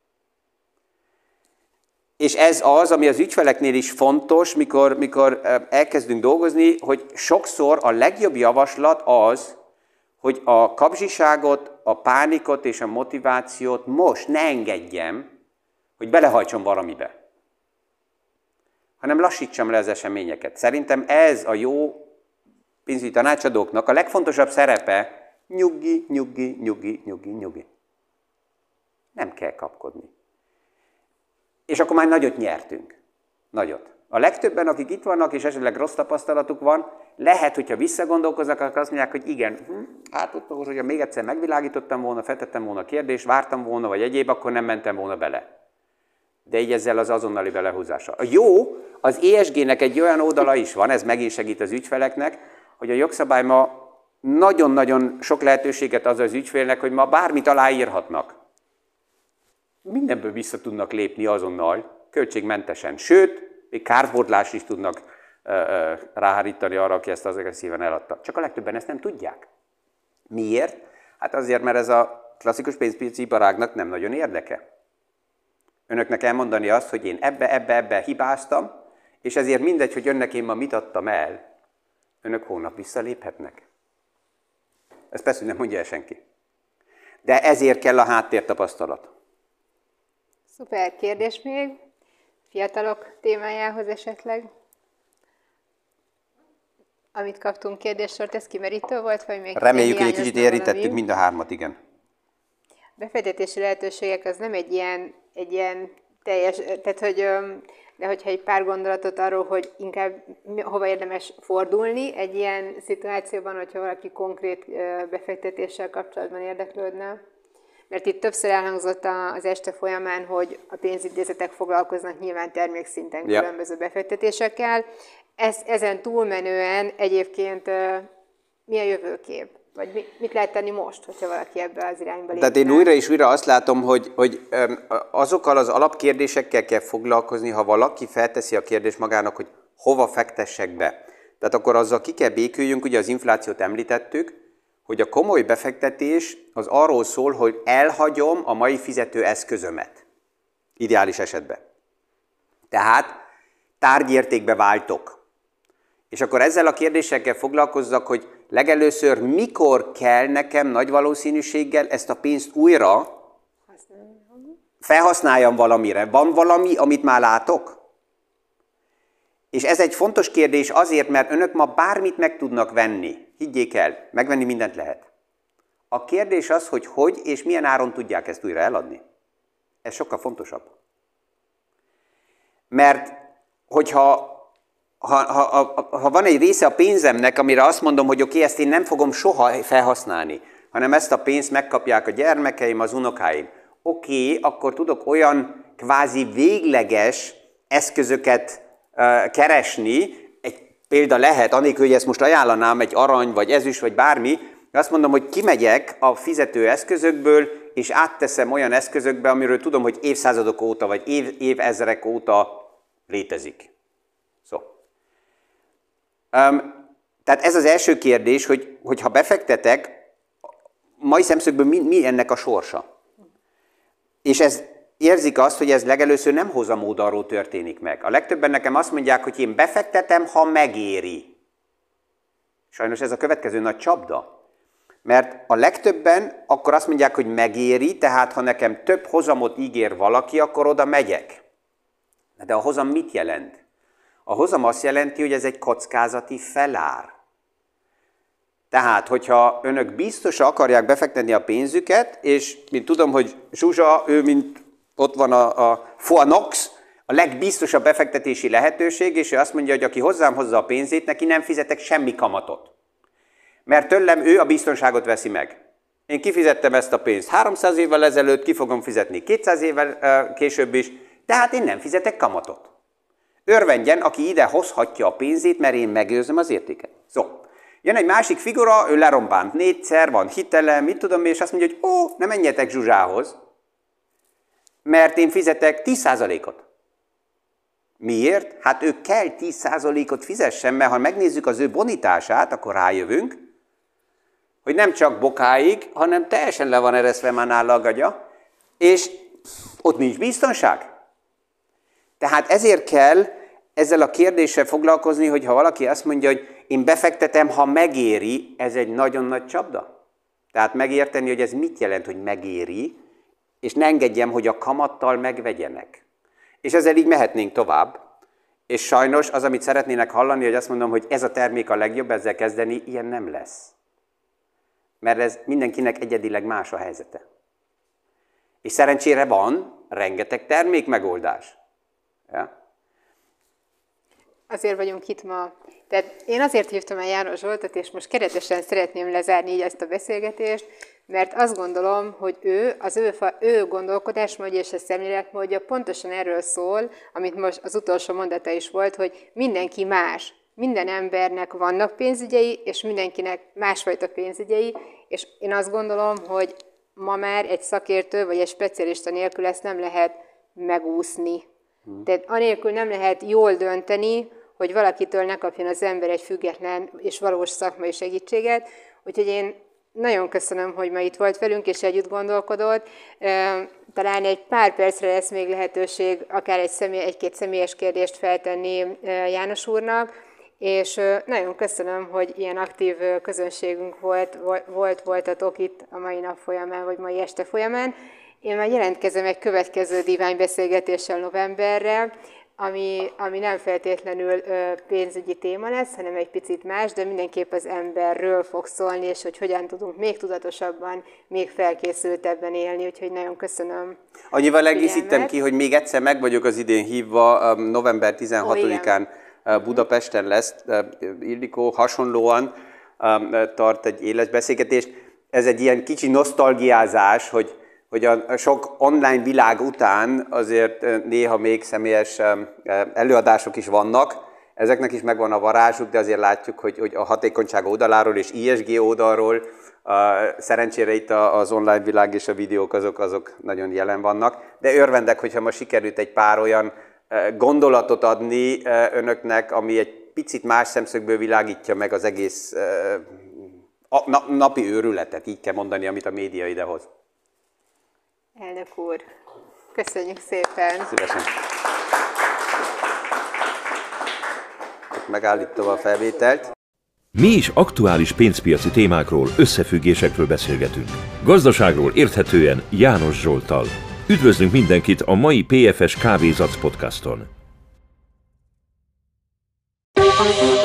És ez az, ami az ügyfeleknél is fontos, mikor, mikor elkezdünk dolgozni, hogy sokszor a legjobb javaslat az, hogy a kapzsiságot, a pánikot és a motivációt most ne engedjem, hogy belehajtson valamibe. Hanem lassítsam le az eseményeket. Szerintem ez a jó pénzügyi tanácsadóknak a legfontosabb szerepe, nyugi, nyugi, nyugi, nyugi, nyugi. Nem kell kapkodni. És akkor már nagyot nyertünk. Nagyot. A legtöbben, akik itt vannak, és esetleg rossz tapasztalatuk van, lehet, hogyha visszagondolkoznak, akkor azt mondják, hogy igen, hm, hát ott, hogyha még egyszer megvilágítottam volna, feltettem volna a kérdést, vártam volna, vagy egyéb, akkor nem mentem volna bele. De így ezzel az azonnali belehúzással. A jó, az é es gé-nek egy olyan oldala is van, ez megint segít az ügyfeleknek, hogy a jogszabály ma nagyon-nagyon sok lehetőséget az az ügyfélnek, hogy ma bármit aláírhatnak. Mindenből vissza tudnak lépni azonnal, költségmentesen. Sőt, még kárpótlást is tudnak uh, uh, ráhárítani arra, aki ezt az agresszíven eladta. Csak a legtöbben ezt nem tudják. Miért? Hát azért, mert ez a klasszikus pénzpiaci iparágnak nem nagyon érdeke. Önöknek elmondani azt, hogy én ebbe, ebbe, ebbe hibáztam, és ezért mindegy, hogy önnek én ma mit adtam el, önök hónap visszaléphetnek. Ezt persze nem mondja el senki. De ezért kell a háttértapasztalat. Szuper, kérdés még? Fiatalok témájához esetleg? Amit kaptunk kérdéssort, ez kimerítő volt, vagy még? Reméljük, hogy egy kicsit érintettük mind a hármat, igen. Befektetési lehetőségek az nem egy ilyen, egy ilyen teljes, tehát hogy de hogyha egy pár gondolatot arról, hogy inkább hova érdemes fordulni egy ilyen szituációban, hogyha valaki konkrét befektetéssel kapcsolatban érdeklődne. Mert itt többször elhangzott az este folyamán, hogy a pénzintézetek foglalkoznak nyilván termékszinten ja. különböző befektetésekkel. Ez, ezen túlmenően egyébként mi a jövőkép? Vagy mit lehet tenni most, hogyha valaki ebbe az irányba lépne? Tehát én újra és újra azt látom, hogy, hogy azokkal az alapkérdésekkel kell foglalkozni, ha valaki felteszi a kérdést magának, hogy hova fektessek be. Tehát akkor azzal ki kell béküljünk, ugye az inflációt említettük, hogy a komoly befektetés az arról szól, hogy elhagyom a mai fizetőeszközömet. Ideális esetben. Tehát tárgyértékbe váltok. És akkor ezzel a kérdésekkel foglalkozzak, hogy legelőször mikor kell nekem nagy valószínűséggel ezt a pénzt újra felhasználjam valamire. Van valami, amit már látok? És ez egy fontos kérdés azért, mert önök ma bármit meg tudnak venni. Higgyék el, megvenni mindent lehet. A kérdés az, hogy hogy és milyen áron tudják ezt újra eladni. Ez sokkal fontosabb. Mert hogyha ha, ha, ha, ha van egy része a pénzemnek, amire azt mondom, hogy oké, okay, ezt én nem fogom soha felhasználni, hanem ezt a pénzt megkapják a gyermekeim, az unokáim. Oké, okay, akkor tudok olyan kvázi végleges eszközöket uh, keresni. Egy példa lehet, anélkül, hogy ezt most ajánlanám, egy arany, vagy ezüst, vagy bármi, azt mondom, hogy kimegyek a fizetőeszközökből, és átteszem olyan eszközökbe, amiről tudom, hogy évszázadok óta, vagy év, évezrek óta létezik. Szó. Um, tehát ez az első kérdés, hogy, hogy ha befektetek, mai szemszögből mi, mi ennek a sorsa? És ez érzik azt, hogy ez legelőször nem hozamódalról történik meg. A legtöbben nekem azt mondják, hogy én befektetem, ha megéri. Sajnos ez a következő nagy csapda. Mert a legtöbben akkor azt mondják, hogy megéri, tehát ha nekem több hozamot ígér valaki, akkor oda megyek. De a hozam mit jelent? A hozam azt jelenti, hogy ez egy kockázati felár. Tehát, hogyha önök biztosan akarják befektetni a pénzüket, és mint tudom, hogy Zsuzsa, ő mint ott van a, a Foanox, a legbiztosabb befektetési lehetőség, és ő azt mondja, hogy aki hozzám hozza a pénzét, neki nem fizetek semmi kamatot. Mert tőlem ő a biztonságot veszi meg. Én kifizettem ezt a pénzt háromszáz évvel ezelőtt, ki fogom fizetni kétszáz évvel később is, tehát én nem fizetek kamatot. Örvendjen, aki ide hozhatja a pénzét, mert én megőrzöm az értéket. Szó. Jön egy másik figura, ő lerombánt négyszer, van hitele, mit tudom, és azt mondja, hogy ó, ne menjetek Zsuzsához, mert én fizetek tíz százalékot. Miért? Hát ő kell tíz százalékot fizessen, mert ha megnézzük az ő bonitását, akkor rájövünk, hogy nem csak bokáig, hanem teljesen le van ereszve már nála a gagya, és ott nincs biztonság. Tehát ezért kell ezzel a kérdéssel foglalkozni, hogy ha valaki azt mondja, hogy én befektetem, ha megéri, ez egy nagyon nagy csapda. Tehát megérteni, hogy ez mit jelent, hogy megéri, és ne engedjem, hogy a kamattal megvegyenek. És ezzel így mehetnénk tovább. És sajnos az, amit szeretnének hallani, hogy azt mondom, hogy ez a termék a legjobb, ezzel kezdeni, ilyen nem lesz. Mert ez mindenkinek egyedileg más a helyzete. És szerencsére van rengeteg termékmegoldás. Ja? Azért vagyunk itt ma. Tehát én azért hívtam el János Zsoltot, és most keretesen szeretném lezárni így ezt a beszélgetést, mert azt gondolom, hogy ő, az ő, ő gondolkodásmódja és a szemléletmódja pontosan erről szól, amit most az utolsó mondata is volt, hogy mindenki más. Minden embernek vannak pénzügyei, és mindenkinek másfajta pénzügyei, és én azt gondolom, hogy ma már egy szakértő vagy egy specialista nélkül ezt nem lehet megúszni. Hmm. Tehát anélkül nem lehet jól dönteni, hogy valakitől ne kapjon az ember egy független és valós szakmai segítséget. Úgyhogy én nagyon köszönöm, hogy ma itt volt velünk, és együtt gondolkodott. Talán egy pár percre lesz még lehetőség, akár egy személy, egy-két személyes kérdést feltenni János úrnak, és nagyon köszönöm, hogy ilyen aktív közönségünk volt, volt, voltatok itt a mai nap folyamán, vagy mai este folyamán. Én már jelentkezem egy következő divány beszélgetéssel novemberre. ami, ami nem feltétlenül ö, pénzügyi téma lesz, hanem egy picit más, de mindenképp az emberről fog szólni, és hogy hogyan tudunk még tudatosabban, még felkészültebben élni, úgyhogy nagyon köszönöm. Annyival egészítem ki, hogy még egyszer meg vagyok az idén hívva, november tizenhatodikán Ó, Budapesten lesz, Ildikó hasonlóan tart egy éles beszélgetést. Ez egy ilyen kicsi nosztalgiázás, hogy hogy a sok online világ után azért néha még személyes előadások is vannak. Ezeknek is megvan a varázsuk, de azért látjuk, hogy, hogy a hatékonyság oldaláról és I S G oldalról szerencsére itt az online világ és a videók azok, azok nagyon jelen vannak. De örvendek, hogyha ma sikerült egy pár olyan gondolatot adni önöknek, ami egy picit más szemszögből világítja meg az egész napi őrületet, így kell mondani, amit a média idehoz. Elnök úr, köszönjük szépen! Szívesen! Megállítom a felvételt. Mi is aktuális pénzpiaci témákról, összefüggésekről beszélgetünk. Gazdaságról érthetően János Zsolttal. Üdvözlünk mindenkit a mai P F S Kávézac podcaston!